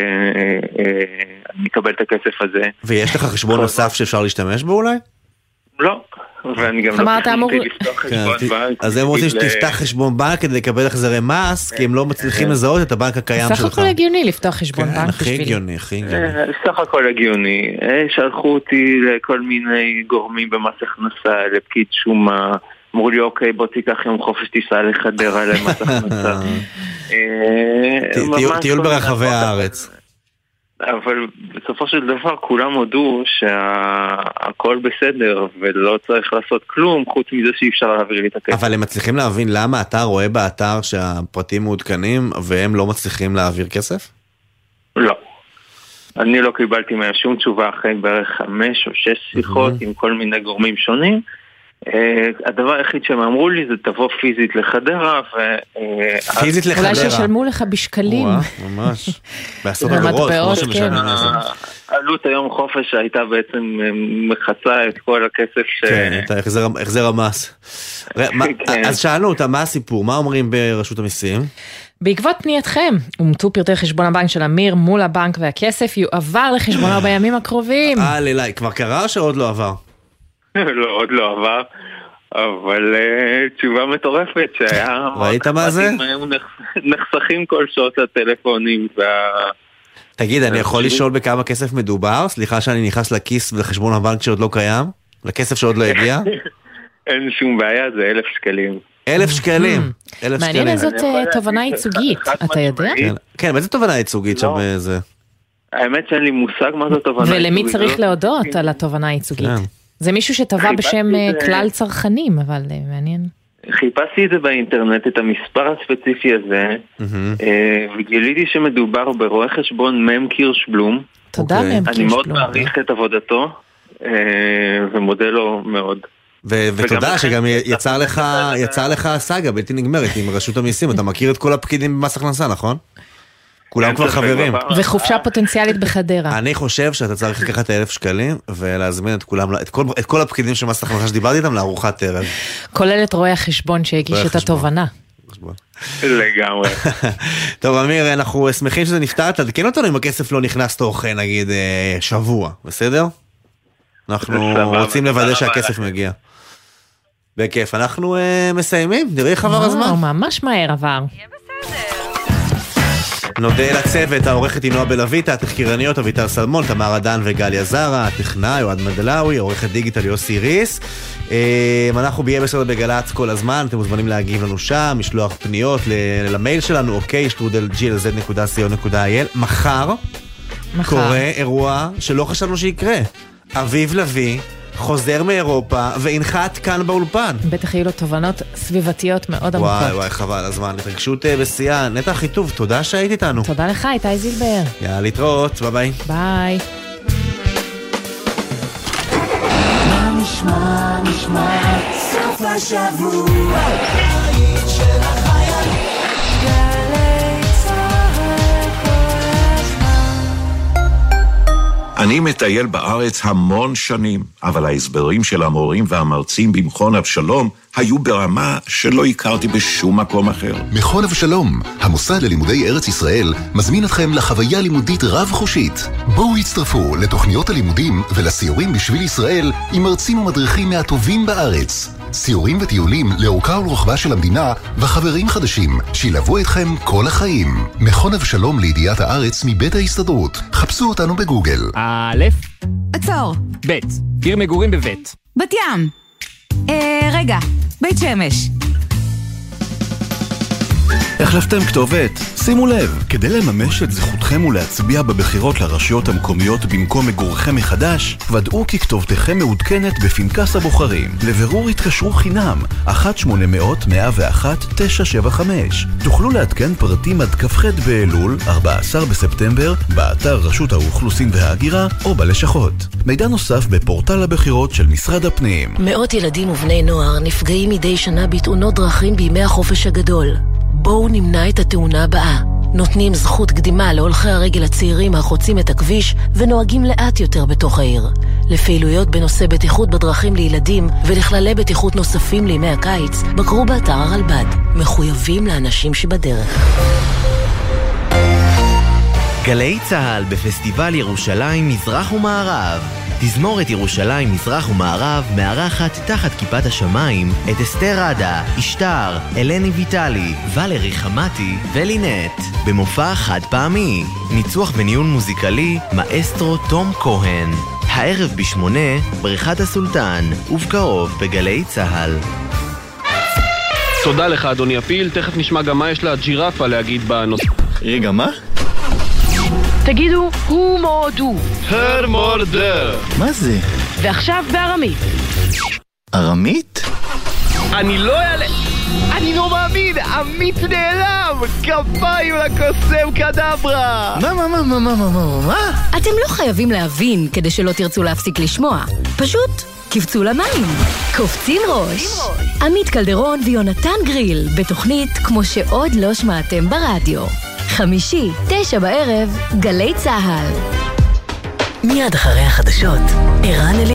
שאני אקבל את הכסף הזה. ויש לך חשבון נוסף שאפשר להשתמש בו אולי? לא. ואני גם לא חשבתי לפתוח חשבון בנק. אז הם רוצים שתפתח חשבון בנק כדי לקבל החזרי מס, כי הם לא מצליחים לזהות את הבנק הקיים שלך. סך הכל הגיוני לפתוח חשבון בנק. הכי הגיוני, הכי הגיוני. סך הכל הגיוני. שלחו אותי לכל מיני גורמים במס הכנסה, לפקיד שומה, אמרו לי אוקיי בוא תיקח יום חופש תיסע לחדרה למס הכנסה. טיול ברחבי הארץ. אבל בסופו של דבר כולם הודו שהכל בסדר ולא צריך לעשות כלום חוץ מזה שאי אפשר להעביר לי את הכסף. אבל הם מצליחים להבין למה אתה רואה באתר שהפרטים מעודכנים והם לא מצליחים להעביר כסף? לא. אני לא קיבלתי מהם שום תשובה אחרי בערך חמש או שש שיחות עם כל מיני גורמים שונים. הדבר היחיד שהם אמרו לי זה תבוא פיזית לחדרה פיזית לחדרה אולי ששלמו לך בשקלים ממש בעשרות אגורות עלות היום חופש שהייתה בעצם מחצה את כל הכסף כן, את החזר המס. אז שאלנו אותה מה הסיפור, מה אומרים ברשות המיסים? בעקבות פנייתכם, אומתו פרטי חשבון הבנק של אמיר מול הבנק והכסף יועבר לחשבונו בימים הקרובים. אה, לילה, כבר קרה או שעוד לא עבר? לא, עוד לא עבר, אבל תשובה מטורפת שהיה... ראית מה זה? נחסכים כל שעות הטלפונים וה... תגיד, אני יכול לשאול בכמה כסף מדובר? סליחה שאני נכנס לכיס ולחשבון הבנק שעוד לא קיים? לכסף שעוד לא הגיע? אין שום בעיה, זה אלף שקלים. אלף שקלים? מעניין איזאת תובנה ייצוגית, אתה יודע? כן, מה זה תובנה ייצוגית שם זה? האמת שאין לי מושג מה זה תובנה ייצוגית. ולמי צריך להודות על התובנה הייצוגית? זה מישהו שטבע בשם כלל צרכנים, אבל מעניין. חיפשתי את זה באינטרנט, את המספר הספציפי הזה, וגיליתי שמדובר ברואה חשבון מם קירשבלום. תודה מם קירשבלום. אני מאוד מעריך את עבודתו, ומודה לו מאוד. ותודה שגם יצא לך סאגה בלתי נגמרת עם רשות המיסים, אתה מכיר את כל הפקידים במס הכנסה, נכון? כולם כבר חברים. וחופשה פוטנציאלית בחדרה. אני חושב שאתה צריך לקחת אלף שקלים ולהזמין את כולם, את כל, את כל הפקידים של מס הכנסה שדיברתי איתם לארוחת ערב. כולל את רואי החשבון שהגיש את התובנה. לגמרי. טוב אמיר, אנחנו שמחים שזה נפתר, תדכן אותנו אם הכסף לא נכנס תוך נגיד שבוע, בסדר? אנחנו רוצים לוודא שהכסף מגיע. בכיף, אנחנו מסיימים, נראה איך עבר הזמן. ממש מהר עבר. נודה לצוות, העורכת היא נועה בלויטה, התחקירניות אביתר סלמון, תמר עדן וגליה זרה, הטכנאי אוהד מדלאוי, עורכת דיגיטל יוסי ריס. אנחנו ביה בסדר בגלץ כל הזמן, אתם מוזמנים להגיב לנו שם, משלוח פניות למייל שלנו, אוקיי, שטרודל ג'י אל זד נקודה סי או נקודה איי אל. מחר קורה אירוע שלא חשבנו שיקרה. אביב לוי חוזר מאירופה והנחת כאן באולפן. בטח יהיו לו תובנות סביבתיות מאוד עמוקות. וואי וואי חבל הזמן, התרגשות בשיאה. נטע חיטוב, תודה שהיית איתנו. תודה לך, איתי זילבר. יאללה, להתראות, ביי ביי. ביי. מה נשמע, נשמע, סוף השבוע, היית של החייל, גלי צהל כל הזמן. אני מטייל בארץ המון שנים, אבל ההסברים של המורים והמרצים במכון אבשלום היו ברמה שלא הכרתי בשום מקום אחר. מכון אבשלום, המוסד ללימודי ארץ ישראל, מזמין אתכם לחוויה לימודית רב-חושית. בואו הצטרפו לתוכניות הלימודים ולסיורים בשביל ישראל עם מרצים ומדריכים מהטובים בארץ. סיורים וטיולים לאורכה ולרוחבה של המדינה וחברים חדשים שילוו אתכם כל החיים. מכון אבשלום לידיעת הארץ מבית ההסתדרות. חפשו אותנו בגוגל. א' עצור. ב' עיר מגורים בבית. בת ים. אה, רגע, בית שמש. החלפתם כתובת? שימו לב, כדי לממש את זכותכם ולהצביע בבחירות לרשויות המקומיות במקום מגורכם מחדש, ודאו כי כתובתכם מעודכנת בפנקס הבוחרים. לבירור התקשרו חינם, אחת שמונה מאות מאה ואחת תשע שבע חמש. תוכלו לעדכן פרטים עד כ"ח באלול, ארבעה עשר בספטמבר, באתר רשות האוכלוסין וההגירה או בלשכות. מידע נוסף בפורטל הבחירות של משרד הפנים. מאות ילדים ובני נוער נפגעים מדי שנה בתאונות דרכים בימי החופש הגדול. בואו נמנע את התאונה הבאה. נותנים זכות קדימה להולכי הרגל הצעירים החוצים את הכביש ונוהגים לאט יותר בתוך העיר. לפעילויות בנושא בטיחות בדרכים לילדים ולכללי בטיחות נוספים לימי הקיץ, בקרו באתר הרלב"ד. מחויבים לאנשים שבדרך. גלי צהל בפסטיבל ירושלים מזרח ומערב. תזמורת ירושלים מזרח ומערב מארחת תחת כיפת השמיים את אסתר עדה, אשתר, אלני ויטלי, ולרי חמתי ולינט. במופע חד פעמי, ניצוח וניהול מוזיקלי, מאסטרו תום כהן. הערב בשמונה, בריכת הסולטן, ובקרוב בגלי צהל. תודה לך אדוני הפיל, תכף נשמע גם מה יש לה ג'ירפה להגיד בנושא. רגע, מה? תגידו, הוא מורדו. הר מורדר. מה זה? ועכשיו בארמית. ארמית? אני לא יעלה... אני לא מאמין, עמית נעלם! כפיים לקוסם קדברה! מה, מה, מה, מה, מה, מה, מה, מה? אתם לא חייבים להבין כדי שלא תרצו להפסיק לשמוע. פשוט קפצו למים. קופצים ראש. עמית קלדרון ויונתן גריל, בתוכנית כמו שעוד לא שמעתם ברדיו. חמישי, תשע בערב, גלי צהל. מיד אחרי החדשות, ערן אלי